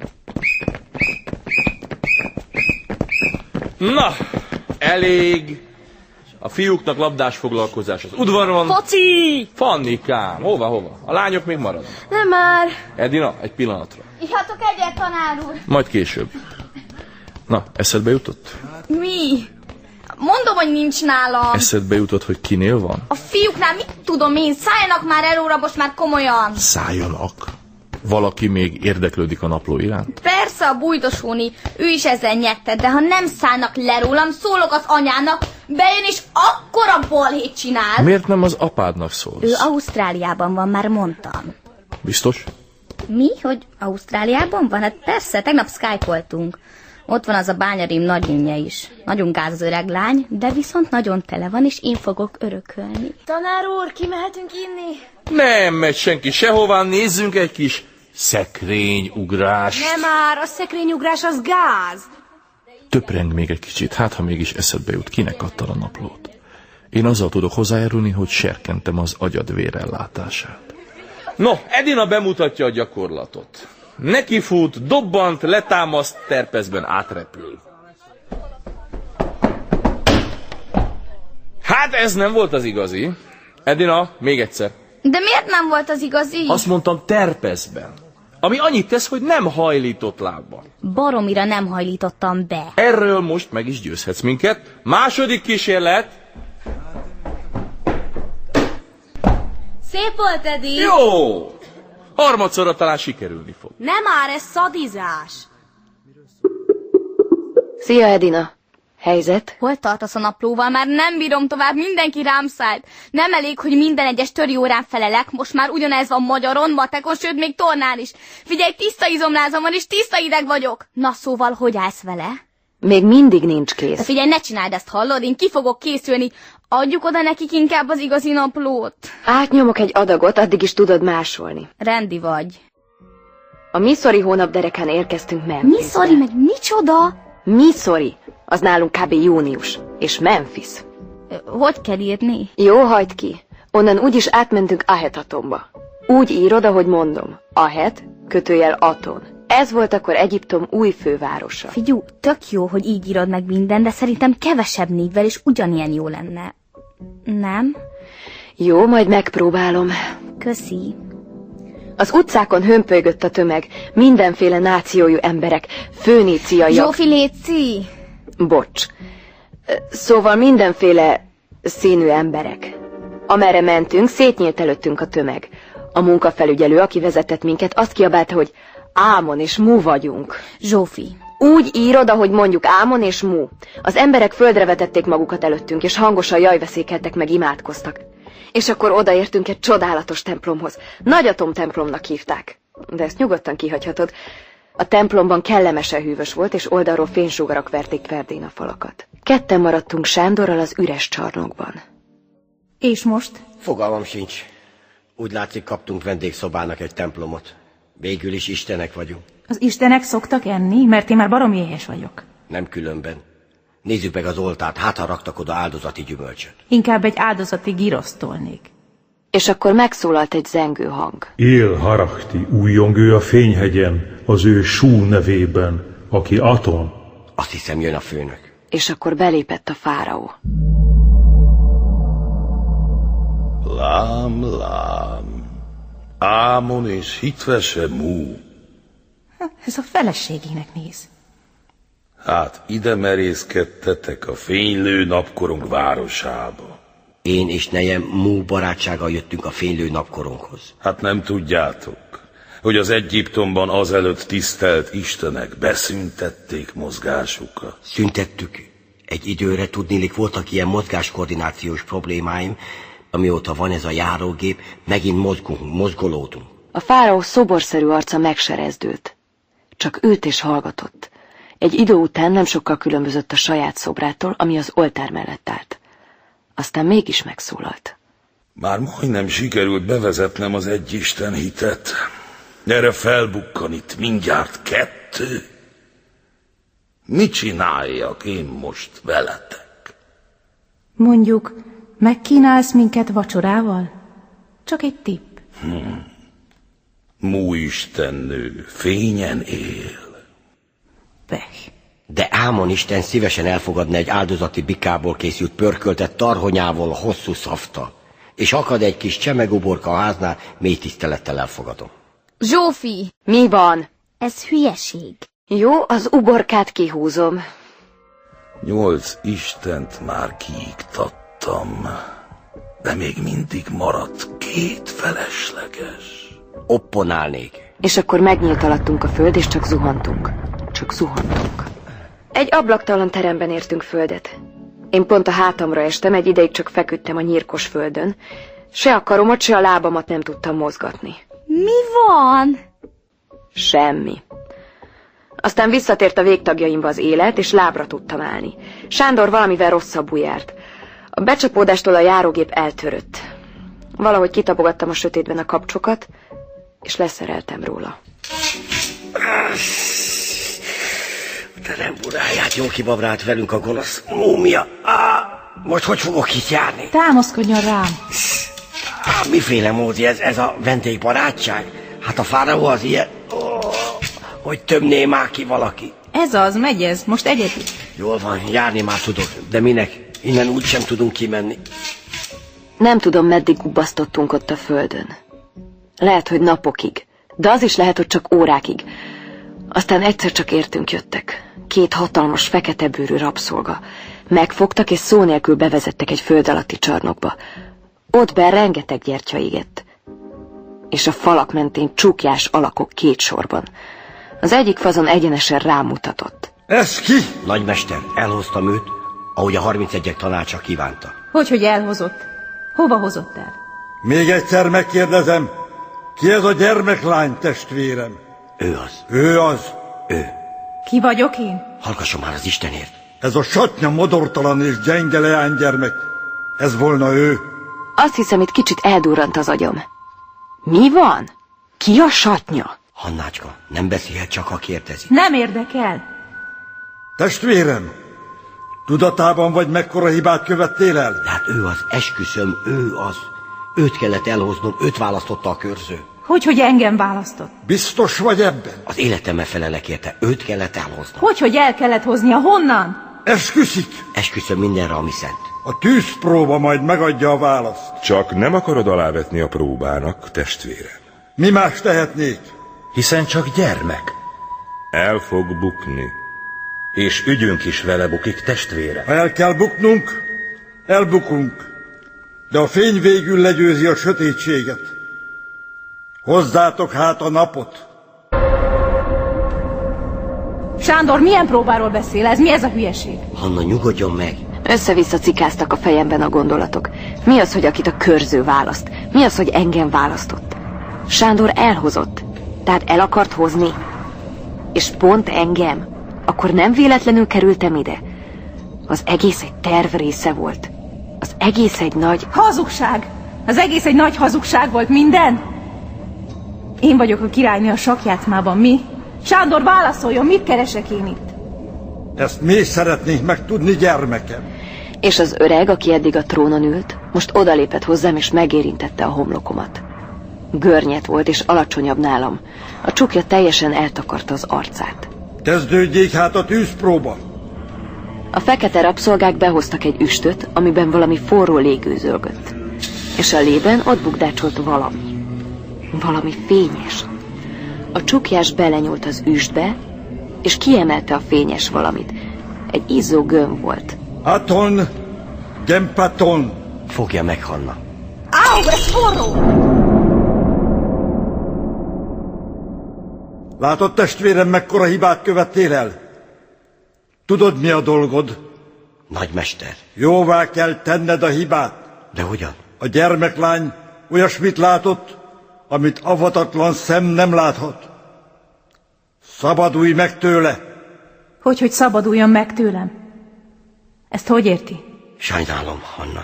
Na, elég. A fiúknak labdás foglalkozás az udvaron. Foci! Fannikám, hova? A lányok még maradnak. Nem már. Edina, egy pillanatra. Ihatok egyet, tanár úr. Majd később. Na, eszedbe jutott? Mi? Mondom, hogy nincs nálam. Eszedbe jutott, hogy kinél van? A fiúknál mit tudom én? Szálljanak már el róla, most már komolyan. Szálljanak? Valaki még érdeklődik a napló iránt? Persze, a Bújdosóni, ő is ezzel nyerte, de ha nem szállnak le rólam, szólok az anyának, bejön és akkora balhét csinál. Miért nem az apádnak szólsz? Ő Ausztráliában van, már mondtam. Biztos? Mi? Hogy Ausztráliában van? Hát persze, tegnap skype-oltunk. Ott van az a bányarím nagynénye is. Nagyon gáz az öreg lány, de viszont nagyon tele van, és én fogok örökölni. Tanár úr, kimehetünk inni? Nem megy senki sehová, nézzünk egy kis szekrényugrás. Nem már, a szekrényugrás az gáz. Töpreng még egy kicsit, hát ha mégis eszedbe jut, kinek adtad a naplót. Én azzal tudok hozzájárulni, hogy serkentem az agyad vérellátását. No, Edina bemutatja a gyakorlatot. Nekifut, dobbant, letámaszt, terpezben átrepül. Hát ez nem volt az igazi. Edina, még egyszer. De miért nem volt az igazi? Azt mondtam terpezben. Ami annyit tesz, hogy nem hajlított lábban. Baromira nem hajlítottam be. Erről most meg is győzhetsz minket. Második kísérlet. Szép volt, Edi. Jó! Harmadszorra talán sikerülni fog. Nem már, ez szadizás. Szia, Edina. Helyzet? Hol tartasz a naplóval? Már nem bírom tovább, mindenki rám szállt. Nem elég, hogy minden egyes töri órán felelek, most már ugyanez van magyaron, matekon, sőt még tornán is. Figyelj, tiszta izomlázam van, és tiszta ideg vagyok. Na szóval, hogy állsz vele? Még mindig nincs kész. De figyelj, ne csináld ezt, hallod? Én ki fogok készülni. Adjuk oda nekik inkább az igazi naplót. Átnyomok egy adagot, addig is tudod másolni. Rendi vagy. A Missouri hónap derekán érkeztünk Memphisbe. Missouri meg micsoda? Missouri. Az nálunk kb. Június. És Memphis. Hogy kell írni? Jó, hagyd ki. Onnan úgyis átmentünk Ahetatonba. Úgy írod, ahogy mondom. Ahet, _Aton. Ez volt akkor Egyiptom új fővárosa. Figyú, tök jó, hogy így írod meg minden, de szerintem kevesebb névvel is ugyanilyen jó lenne. Nem? Jó, majd megpróbálom. Köszi. Az utcákon hömpölygött a tömeg, mindenféle nációjú emberek, föníciaiak... Zsófi, léci! Bocs. Szóval mindenféle színű emberek. Amerre mentünk, szétnyílt előttünk a tömeg. A munkafelügyelő, aki vezetett minket, azt kiabálta, hogy Ámon és Mu vagyunk. Zsófi. Úgy írod, ahogy mondjuk Ámon és Mu. Az emberek földre vetették magukat előttünk, és hangosan jajveszékeltek meg imádkoztak. És akkor odaértünk egy csodálatos templomhoz. Nagyatom templomnak hívták. De ezt nyugodtan kihagyhatod. A templomban kellemesen hűvös volt, és oldalról fénysugarak verték Verdén a falakat. Ketten maradtunk Sándorral az üres csarnokban. És most? Fogalmam sincs. Úgy látszik, kaptunk vendégszobának egy templomot. Végül is istenek vagyunk. Az istenek szoktak enni, mert én már baromi éhes vagyok. Nem különben. Nézzük meg az oltárt, hát ha raktak oda áldozati gyümölcsöt. Inkább egy áldozati giroszt tolnék. És akkor megszólalt egy zengő hang. Él Harachti, újjong ő a fényhegyen, az ő Sú nevében, aki Aton. Azt hiszem, jön a főnök. És akkor belépett a fáraó. Lám, lám, Ámon és hitvese Mú. Ez a feleségének néz. Hát ide merészkedtetek a fénylő napkorong városába. Én és nejem Mú barátsággal jöttünk a fénylő napkorunkhoz. Hát nem tudjátok, hogy az Egyiptomban azelőtt tisztelt istenek beszüntették mozgásukat? Szüntettük. Egy időre tudniillik voltak ilyen mozgáskoordinációs problémáim, amióta van ez a járógép, megint mozgolódunk. A fáraó szoborszerű arca megserezdült. Csak ült és hallgatott. Egy idő után nem sokkal különbözött a saját szobrától, ami az oltár mellett állt. Aztán mégis megszólalt. Már majdnem sikerült bevezetnem az egyisten hitet. Erre felbukkan itt mindjárt 2. Mit csináljak én most veletek? Mondjuk, megkínálsz minket vacsorával? Csak egy tipp. Mú istennő, fényen él. Pech. De Ámon isten szívesen elfogadna egy áldozati bikából készült pörköltet tarhonyával, hosszú szaftal. És akad egy kis csemeguborka a háznál, mély tisztelettel elfogadom. Zsófi! Mi van? Ez hülyeség. Jó, az uborkát kihúzom. 8 istent már kiiktattam, de még mindig maradt 2 felesleges. Opponálnék. És akkor megnyílt alattunk a föld, és csak zuhantunk. Csak zuhantunk. Egy ablaktalan teremben értünk földet. Én pont a hátamra estem, egy ideig csak feküdtem a nyírkos földön. Se a karomat, se a lábamat nem tudtam mozgatni. Mi van? Semmi. Aztán visszatért a végtagjaimba az élet, és lábra tudtam állni. Sándor valamivel rosszabbul járt. A becsapódástól a járógép eltörött. Valahogy kitapogattam a sötétben a kapcsokat, és leszereltem róla. A terem buráját jól kibabrált velünk a gonosz múmia. Most hogy fogok itt járni? Támaszkodjon rám! Miféle módi ez a vendégbarátság? Hát a fáraó az ilyen... hogy tömné már ki valaki. Ez az, megy ez, most egyedül. Jól van, járni már tudok, de minek? Innen úgy sem tudunk kimenni. Nem tudom, meddig gubbasztottunk ott a földön. Lehet, hogy napokig, de az is lehet, hogy csak órákig. Aztán egyszer csak értünk jöttek. 2 hatalmas, fekete bőrű rabszolga. Megfogtak és szó nélkül bevezettek egy föld alatti csarnokba. Ott benn rengeteg gyertya égett. És a falak mentén csukjás alakok 2 sorban. Az egyik fazon egyenesen rámutatott. Ez ki? Nagymester, elhoztam őt, ahogy a 31-ek tanácsa kívánta. Hogy elhozott? Hova hozott el? Még egyszer megkérdezem, ki ez a gyermeklány testvérem? Ő az. Ő az? Ő. Ki vagyok én? Hallgasson már az Istenért. Ez a satnya modortalan és gyenge leánygyermek. Ez volna ő. Azt hiszem, itt kicsit eldurrant az agyam. Mi van? Ki a satnya? Hannácska, nem beszélhet csak, ha kérdezi. Nem érdekel. Testvérem, tudatában vagy, mekkora hibát követtél el? De hát ő az, esküszöm, ő az. Őt kellett elhoznom, őt választotta a körző. Hogy engem választott? Biztos vagy ebben? Az életemmel felelek érte, őt kellett elhoznom. Hogy el kellett hoznia, honnan? Esküszik? Esküszöm mindenre, ami szent. A tűzpróba majd megadja a választ. Csak nem akarod alávetni a próbának, testvérem. Mi más tehetnék? Hiszen csak gyermek. El fog bukni. És ügyünk is vele bukik, testvére. Ha el kell buknunk, elbukunk. De a fény végül legyőzi a sötétséget. Hozzátok hát a napot. Sándor, milyen próbáról beszél ez? Mi ez a hülyeség? Hanna, nyugodjon meg. Össze-vissza cikáztak a fejemben a gondolatok. Mi az, hogy akit a körző választ? Mi az, hogy engem választott? Sándor elhozott. Tehát el akart hozni? És pont engem? Akkor nem véletlenül kerültem ide? Az egész egy terv része volt. Az egész egy nagy... Hazugság! Az egész egy nagy hazugság volt, minden? Én vagyok a királynő a sakkjátszmában, mi? Sándor, válaszoljon, mit keresek én itt? Ezt mi szeretnénk megtudni, gyermekem. És az öreg, aki eddig a trónon ült, most odalépett hozzám és megérintette a homlokomat. Görnyed volt és alacsonyabb nálam. A csukja teljesen eltakarta az arcát. Kezdődjék hát a tűzpróba. A fekete rabszolgák behoztak egy üstöt, amiben valami forró légő zölgött. És a lében ott bukdácsolt valami. Valami fényes. A csukjás belenyúlt az üstbe, és kiemelte a fényes valamit. Egy izzó gömb volt. Aton, Gempaton. Fogja meg, Hanna. Áú, ez forró! Látod, testvérem, mekkora hibát követtél el? Tudod, mi a dolgod? Nagymester. Jóvá kell tenned a hibát. De hogyan? A gyermeklány olyasmit látott, amit avatatlan szem nem láthat. Szabadulj meg tőle! Hogy szabaduljon meg tőlem? Ezt hogy érti? Sajnálom, Hanna.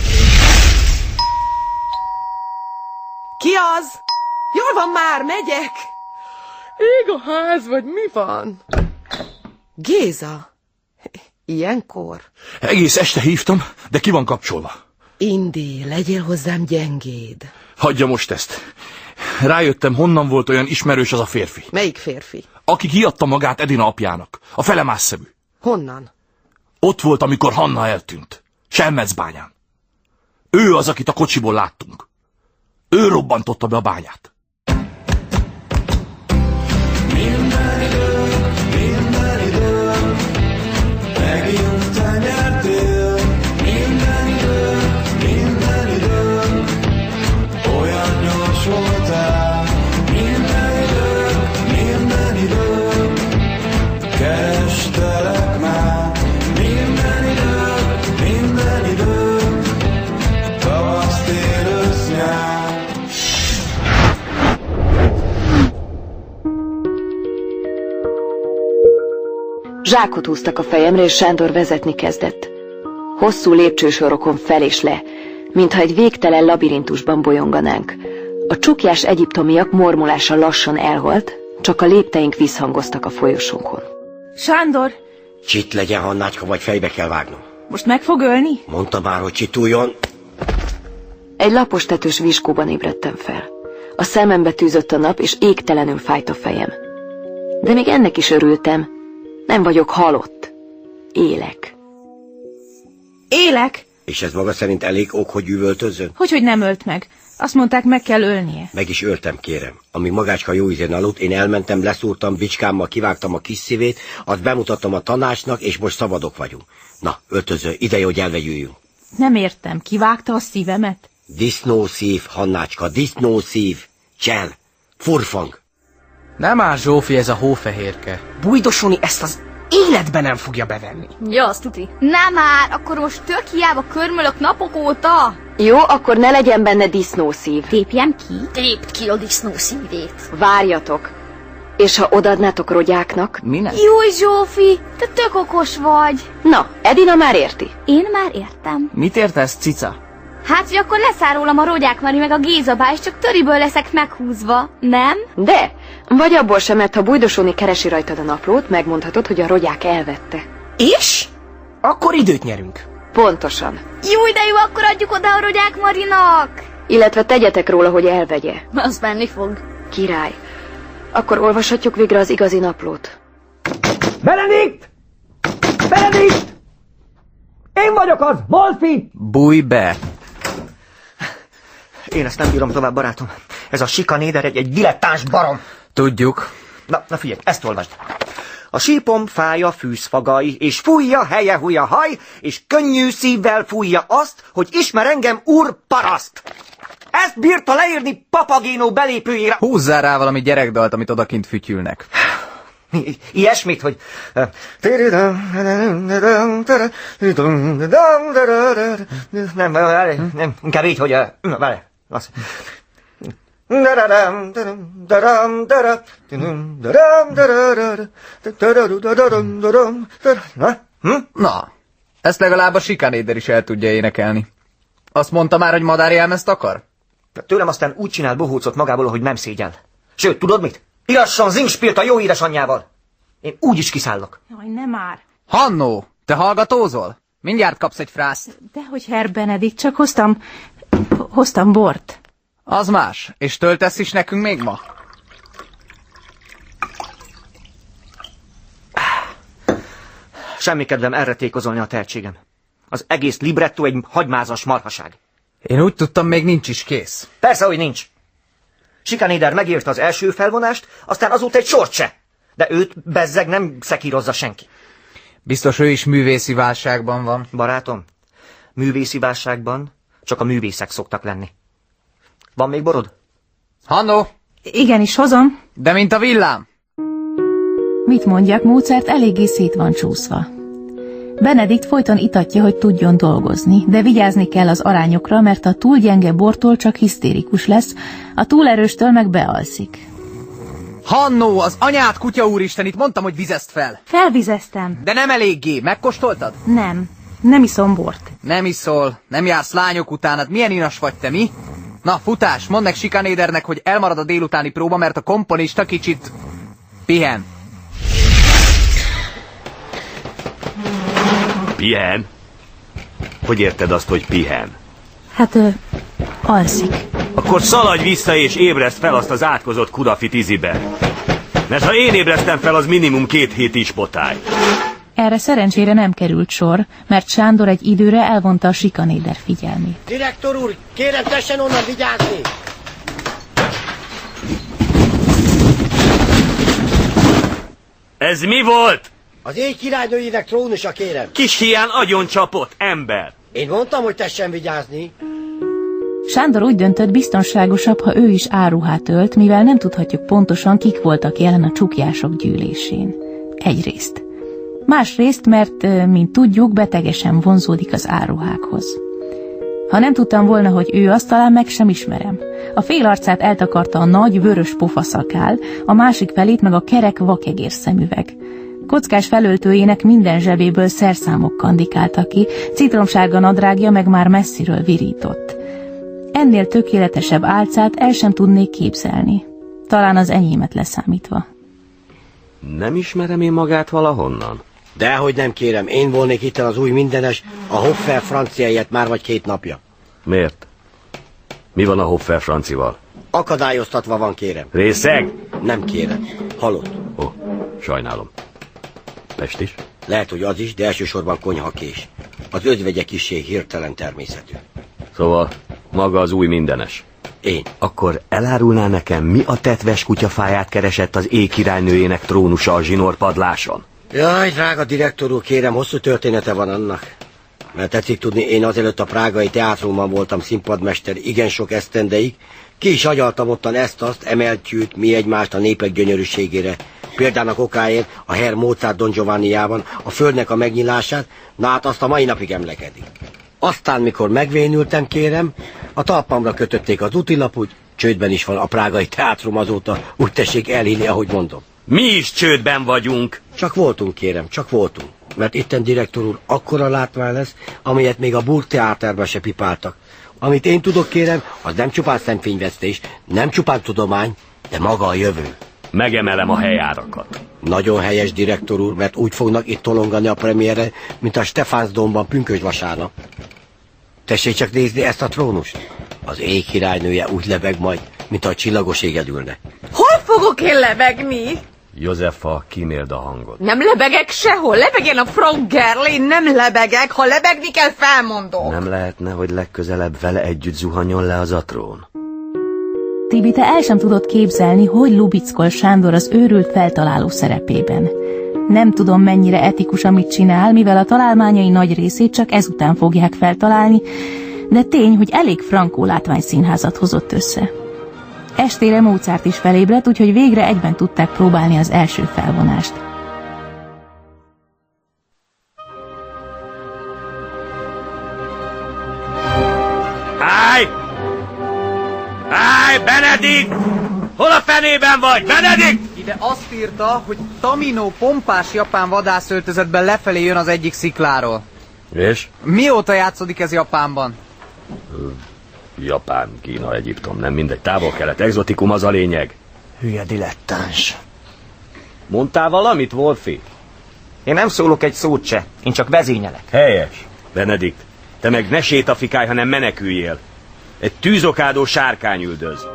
Ki az? Jól van már, megyek! Ég a ház, vagy mi van? Géza? Ilyenkor? Egész este hívtam, de ki van kapcsolva. Indi, legyél hozzám gyengéd. Hagyja most ezt. Rájöttem, honnan volt olyan ismerős az a férfi. Melyik férfi? Aki kiadta magát Edina apjának. A felemásszemű. Honnan? Ott volt, amikor Hanna eltűnt. Selmecbányán. Ő az, akit a kocsiból láttunk. Ő robbantotta be a bányát. Minden idő, megint te nyertél. Minden idő, olyan gyors voltál. Minden idő, kerestelek már. Minden idő, tavasz, tél, ősz, nyár. Zsákot húztak a fejemre, és Sándor vezetni kezdett. Hosszú lépcsősorokon fel és le, mintha egy végtelen labirintusban bolyonganánk. A csukjás egyiptomiak mormolása lassan elholt, csak a lépteink visszhangoztak a folyosónkon. Sándor! Csit legyen, Hannácska, vagy fejbe kell vágnom. Most meg fog ölni? Mondta már, hogy csituljon. Egy lapostetős viskóban ébredtem fel. A szemembe tűzött a nap, és égtelenül fájt a fejem. De még ennek is örültem. Nem vagyok halott. Élek. Élek? És ez maga szerint elég ok, hogy üvöltözzön? Hogy nem ölt meg? Azt mondták, meg kell ölnie. Meg is öltem, kérem. Amíg magácska jó ízén aludt, én elmentem, leszúrtam, bicskámmal kivágtam a kis szívét, azt bemutattam a tanácsnak, és most szabadok vagyunk. Na, öltöző, ideje, hogy elvegyüljünk. Nem értem, kivágta a szívemet? Disznószív, Hannácska, disznószív. Csel, furfang. Nem áll, Zsófi, ez a hófehérke. Bújdosóni ezt az életben nem fogja bevenni. Ja, azt tuti. Nem már, akkor most tök hiába körmölök napok óta. Jó, akkor ne legyen benne disznószív. Tépjem ki? Tépd ki a disznószívét. Várjatok. És ha odaadnátok rogyáknak? Minek? Júj, Zsófi, te tök okos vagy. Na, Edina már érti. Én már értem. Mit értesz, cica? Hát, hogy akkor lesz rólam a Rogyák Mari meg a Gézabá, és csak töriből leszek meghúzva, nem? De, vagy abból sem, mert ha Bújdosóni keresi rajtad a naplót, megmondhatod, hogy a rogyák elvette. És? Akkor időt nyerünk. Pontosan. Júj, de jó, akkor adjuk oda a Rogyák Marinak. Illetve tegyetek róla, hogy elvegye. Az menni fog. Király. Akkor olvashatjuk végre az igazi naplót. Benedikt! Benedikt! Én vagyok az, Wolfi! Bújj be! Én ezt nem bírom tovább, barátom. Ez a Sika Néder egy dilettáns barom. Tudjuk. Na figyelj, ezt olvasd. A sípom fája fűzfagai, és fújja helye-húja haj, és könnyű szívvel fújja azt, hogy ismer engem úr paraszt. Ezt bírta leírni Papagéno belépőjére. Húzzál rá valami gyerekdalt, amit odakint fütyülnek. Ilyesmit, hogy... Nem, inkább így, hogy... Várj, Na, ezt legalább a Sikanéder is el tudja énekelni. Azt mondta már, hogy madárjelmezt akar? Tőlem aztán úgy csinál bohócot magából, hogy nem szégyel. Sőt, tudod mit? Írasson Zingspielt a jó édesanyjával. Én úgy is kiszállok. Jaj, nem már. Hannó, te hallgatózol? Mindjárt kapsz egy frászt. Dehogy, Herr Benedikt, csak hoztam bort. Az más. És töltesz is nekünk még ma? Semmi kedvem elretékozolni a tehetségem. Az egész libretto egy hagymázas marhaság. Én úgy tudtam, még nincs is kész. Persze, hogy nincs. Sikanéder megírta az első felvonást, aztán azóta egy sort se. De őt bezzeg nem szekírozza senki. Biztos ő is művészi válságban van. Barátom, művészi válságban csak a művészek szoktak lenni. Van még borod? Hannó! Igenis, hozom. De mint a villám. Mit mondjak, Mozart eléggé szét van csúszva. Benedikt folyton itatja, hogy tudjon dolgozni, de vigyázni kell az arányokra, mert a túl gyenge bortól csak hisztérikus lesz, a túl erőstől meg bealszik. Hannó, az anyád, kutya úristen, itt mondtam, hogy vizezd fel. Felvizeztem. De nem eléggé, megkóstoltad? Nem iszom bort. Nem iszol, nem jársz lányok utánad, milyen inas vagy te, mi? Na, futás, mondd meg Sikanédernek, hogy elmarad a délutáni próba, mert a komponista kicsit pihen. Pihen? Hogy érted azt, hogy pihen? Hát, alszik. Akkor szaladj vissza és ébreszd fel azt az átkozott kudafit izibe. Mert ha én ébresztem fel, az minimum 2 hét ispotály. Erre szerencsére nem került sor, mert Sándor egy időre elvonta a Sikanéder figyelmét. Direktor úr, kérem tessen onnan vigyázni! Ez mi volt? Az éj királynőjének trónusa, kérem. Kis hián agyon csapott ember. Én mondtam, hogy tessen vigyázni. Sándor úgy döntött, biztonságosabb, ha ő is áruhát ölt, mivel nem tudhatjuk pontosan, kik voltak jelen a csukjások gyűlésén. Egyrészt. Másrészt, mert, mint tudjuk, betegesen vonzódik az áruhákhoz. Ha nem tudtam volna, hogy ő az, talán meg sem ismerem. A fél arcát eltakarta a nagy, vörös pofaszakál, a másik felét meg a kerek vakegér szemüveg. Kockás felöltőjének minden zsebéből szerszámok kandikáltak ki, citromsárga nadrágja meg már messziről virított. Ennél tökéletesebb álcát el sem tudnék képzelni. Talán az enyémet leszámítva. Nem ismerem én magát valahonnan? Dehogy nem, kérem, én volnék itt az új mindenes, a Hopfer franciáját már vagy 2 napja. Miért? Mi van a Hopfer francival? Akadályoztatva van, kérem. Részeg? Nem, kérem. Halott. Ó, sajnálom. Pest is? Lehet, hogy az is, de elsősorban konyhakés. Az özvegye kissé hirtelen természetű. Szóval maga az új mindenes. Én. Akkor elárulná nekem, mi a tetves kutyafáját keresett az éj királynőjének trónusa a zsinórpadláson? Jaj, drága direktor úr, kérem, hosszú története van annak. Mert tetszik tudni, én azelőtt a prágai teátrumban voltam színpadmester igen sok esztendeig, ki is agyaltam ottan ezt-azt, emeltyűt, mi egymást a népek gyönyörűségére. Példának okáért a Herr Mozart Don Giovanniában a földnek a megnyilását, na hát azt a mai napig emlekedik. Aztán, mikor megvénültem, kérem, a talpamra kötötték az útilapot, csődben is van a prágai teátrum azóta, úgy tessék elhinni, ahogy mondom. Mi is csődben vagyunk. Csak voltunk, kérem, csak voltunk. Mert itten direktor úr akkora látvány lesz, amelyet még a Burgtheaterben se pipáltak. Amit én tudok, kérem, az nem csupán szemfényvesztés, nem csupán tudomány, de maga a jövő. Megemelem a helyárakat. Nagyon helyes, direktor úr, mert úgy fognak itt tolongani a premierre, mint a Stefánsdomban pünkösd vasárnap. Tessék csak nézni ezt a trónust. Az éj királynője úgy lebeg majd, mint a csillagos égen ülne. Hol fogok én lebegni? Józefa, kíméld a hangot. Nem lebegek sehol, lebegjen a Frank Girl, én nem lebegek, ha lebegni kell, felmondok. Nem lehetne, hogy legközelebb vele együtt zuhanjon le az a trón? Tibi, te el sem tudod képzelni, hogy lubickol Sándor az őrült feltaláló szerepében. Nem tudom, mennyire etikus, amit csinál, mivel a találmányai nagy részét csak ezután fogják feltalálni, de tény, hogy elég frankó látványszínházat hozott össze. Estére Mozart is felébredt, úgyhogy végre egyben tudták próbálni az első felvonást. Állj! Állj, Benedikt! Hol a fenében vagy, Benedikt? Ide azt írta, hogy Tamino pompás japán vadászöltözetben lefelé jön az egyik szikláról. És? Mióta játszódik ez Japánban? Japán, Kína, Egyiptom, nem mindegy. Távol-kelet, exotikum az a lényeg. Hülye dilettáns. Mondtál valamit, Wolfi? Én nem szólok egy szót se, én csak vezényelek. Helyes. Benedikt, te meg ne sétafikálj, hanem meneküljél. Egy tűzokádó sárkány üldöz.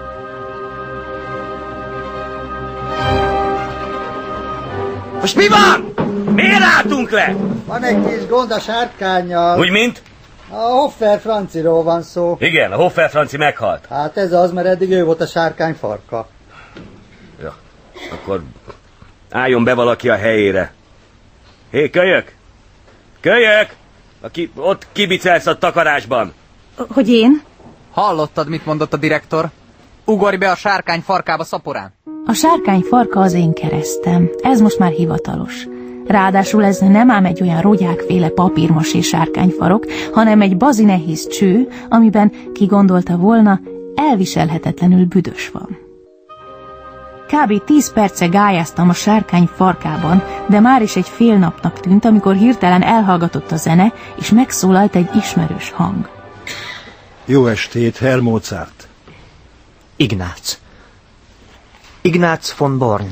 Most mi van? Miért álltunk le? Van egy kis gond a sárkánnyal. Úgy mint? A Hoffer Franciról van szó. Igen, a Hoffer Franci meghalt. Hát ez az, mert eddig ő volt a sárkány farka. Ja, akkor álljon be valaki a helyére. Hé, kölyök! Kölyök! Aki ott kibicelsz a takarásban. Hogy én? Hallottad, mit mondott a direktor? Ugorj be a sárkány farkába szaporán. A sárkány farka az én keresztem. Ez most már hivatalos. Ráadásul ez nem ám egy olyan rogyákféle papírmasé sárkányfarok, hanem egy bazinehéz cső, amiben, ki gondolta volna, elviselhetetlenül büdös van. Kb. 10 perce gályáztam a sárkány farkában, de már is egy fél napnak tűnt, amikor hirtelen elhallgatott a zene, és megszólalt egy ismerős hang. Jó estét, Herr Mozart. Ignác. Ignác von Born.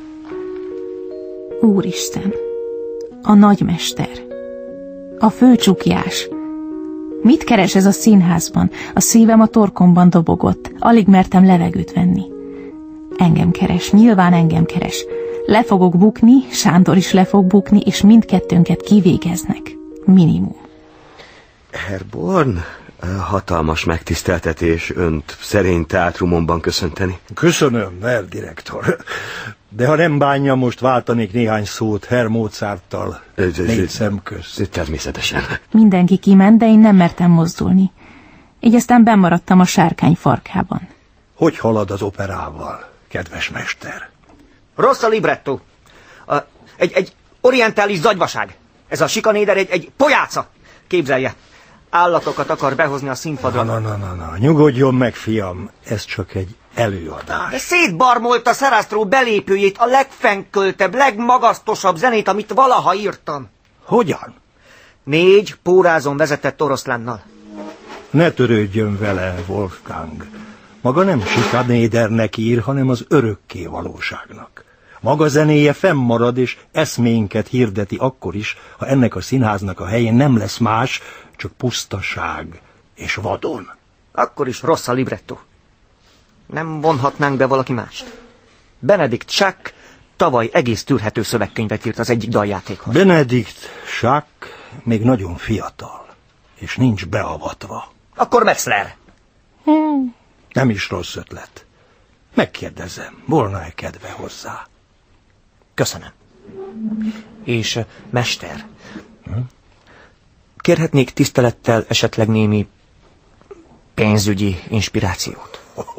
Úristen, a nagymester, a főcsukjás. Mit keres ez a színházban? A szívem a torkomban dobogott, alig mertem levegőt venni. Engem keres, nyilván engem keres. Le fogok bukni, Sándor is le fog bukni, és mindkettőnket kivégeznek. Minimum. Herr Born, hatalmas megtiszteltetés önt szerény teátrumomban köszönteni. Köszönöm, Herr direktor. De ha nem bánja, most váltanék néhány szót Herr Mozarttal. Négy szem közt. Természetesen. Mindenki kiment, de én nem mertem mozdulni. Így aztán bemaradtam a sárkány farkában. Hogy halad az operával, kedves mester? Rossz a libretto. Egy orientális zagyvaság. Ez a sikanéder egy pojáca. Képzelje. Állatokat akar behozni a színpadra. Na, nyugodjon meg, fiam. Ez csak egy előadás. De szétbarmolta Sarastro belépőjét, a legfenköltebb, legmagasztosabb zenét, amit valaha írtam. Hogyan? 4 pórázon vezetett oroszlánnal. Ne törődjön vele, Wolfgang. Maga nem sikanédernek ír, hanem az örökké valóságnak. Maga zenéje fennmarad, és eszménket hirdeti akkor is, ha ennek a színháznak a helyén nem lesz más, csak pusztaság és vadon. Akkor is rossz a libretto. Nem vonhatnánk be valaki mást? Benedikt Schack tavaly egész tűrhető szövegkönyvet írt az egyik daljátékhoz. Benedikt Schack még nagyon fiatal, és nincs beavatva. Akkor Metzler. Nem is rossz ötlet. Megkérdezem, volna-e kedve hozzá? Köszönöm. És mester, kérhetnék tisztelettel esetleg némi pénzügyi inspirációt?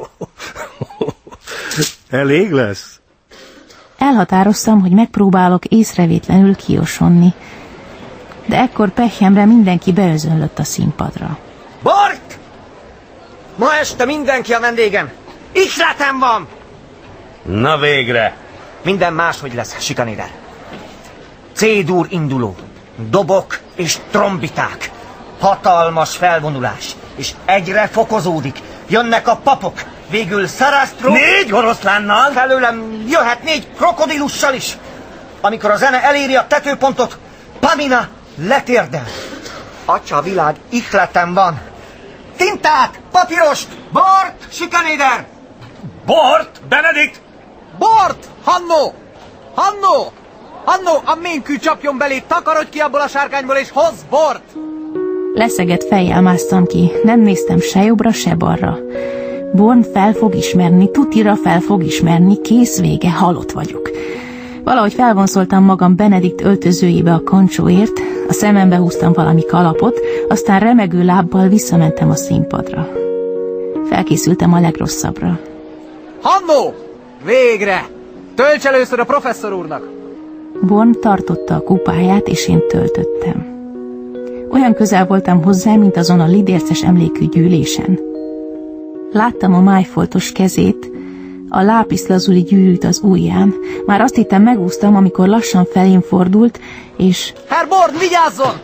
Elég lesz? Elhatároztam, hogy megpróbálok észrevétlenül kiosonni. De ekkor pehjemre mindenki beözönlött a színpadra. Bort! Ma este mindenki a vendégem. Ihletem van! Na végre! Minden máshogy lesz, sikanéder. C-dur induló, dobok és trombiták. Hatalmas felvonulás. És egyre fokozódik. Jönnek a papok. Végül Sarastro... 4 oroszlánnal? Felőlem jöhet 4 krokodilussal is. Amikor a zene eléri a tetőpontot, Pamina letérdel. Atya világ, ihletem van. Tintát, papírost, bort, sikanéder! Bort, Benedikt! Bort! Hanno! Hanno! Hanno, a ménkű csapjon belé, takarodj ki abból a sárkányból és hozz bort! Leszegett fejjel másztam ki, nem néztem se jobbra, se balra. Born fel fog ismerni, tutira fel fog ismerni, kész vége, halott vagyok. Valahogy felvonszoltam magam Benedikt öltözőjébe a kancsóért, a szemembe húztam valami kalapot, aztán remegő lábbal visszamentem a színpadra. Felkészültem a legrosszabbra. Hanno! Végre! Tölts először a professzor úrnak! Born tartotta a kupáját, és én töltöttem. Olyan közel voltam hozzá, mint azon a lidérces emlékű gyűlésen. Láttam a májfoltos kezét, a lápiszlazuli gyűrűt az ujján. Már azt hittem megúsztam, amikor lassan felém fordult, és... Herr Born, vigyázzon!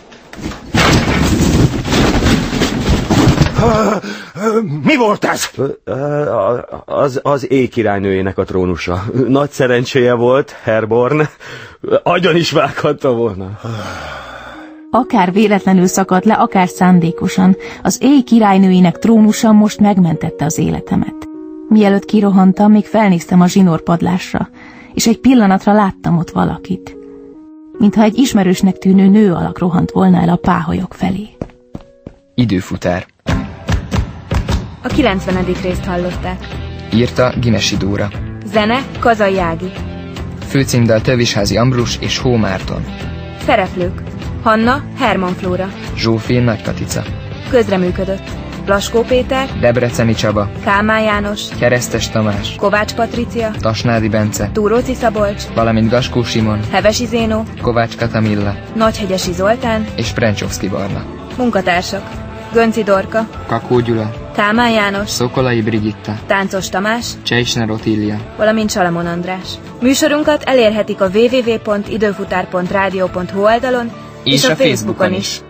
Mi volt ez? Az éj királynőjének a trónusa. Nagy szerencséje volt, Herr Born. Agyon is vághatta volna. Akár véletlenül szakadt le, akár szándékosan, az éj királynőjének trónusa most megmentette az életemet. Mielőtt kirohantam, még felnéztem a zsinórpadlásra, és egy pillanatra láttam ott valakit. Mintha egy ismerősnek tűnő nő alak rohant volna el a páholyok felé. Időfutár. A 90. részt hallották. Írta Ginesi Dóra. Zene Kazai Ági. Főcímdal Tövisházi Ambrus és Hó Márton. Szereplők: Hanna Herman Flóra. Zsófi Nagy Katica. Közreműködött: Blaskó Péter, Debreceni Csaba, Kálmán János, Keresztes Tamás, Kovács Patricia, Tasnádi Bence, Túróci Szabolcs, valamint Gaskó Simon, Hevesi Zénó, Kovács Katamilla, Nagyhegyesi Zoltán és Prencsovszki Barna. Munkatársak: Gönci Dorka, Kakó Gyula, Kálmán János, Szokolai Brigitta, Táncos Tamás, Cseisner Otília, valamint Salamon András. Műsorunkat elérhetik a www.időfutár.rádió.hu oldalon és a Facebookon is.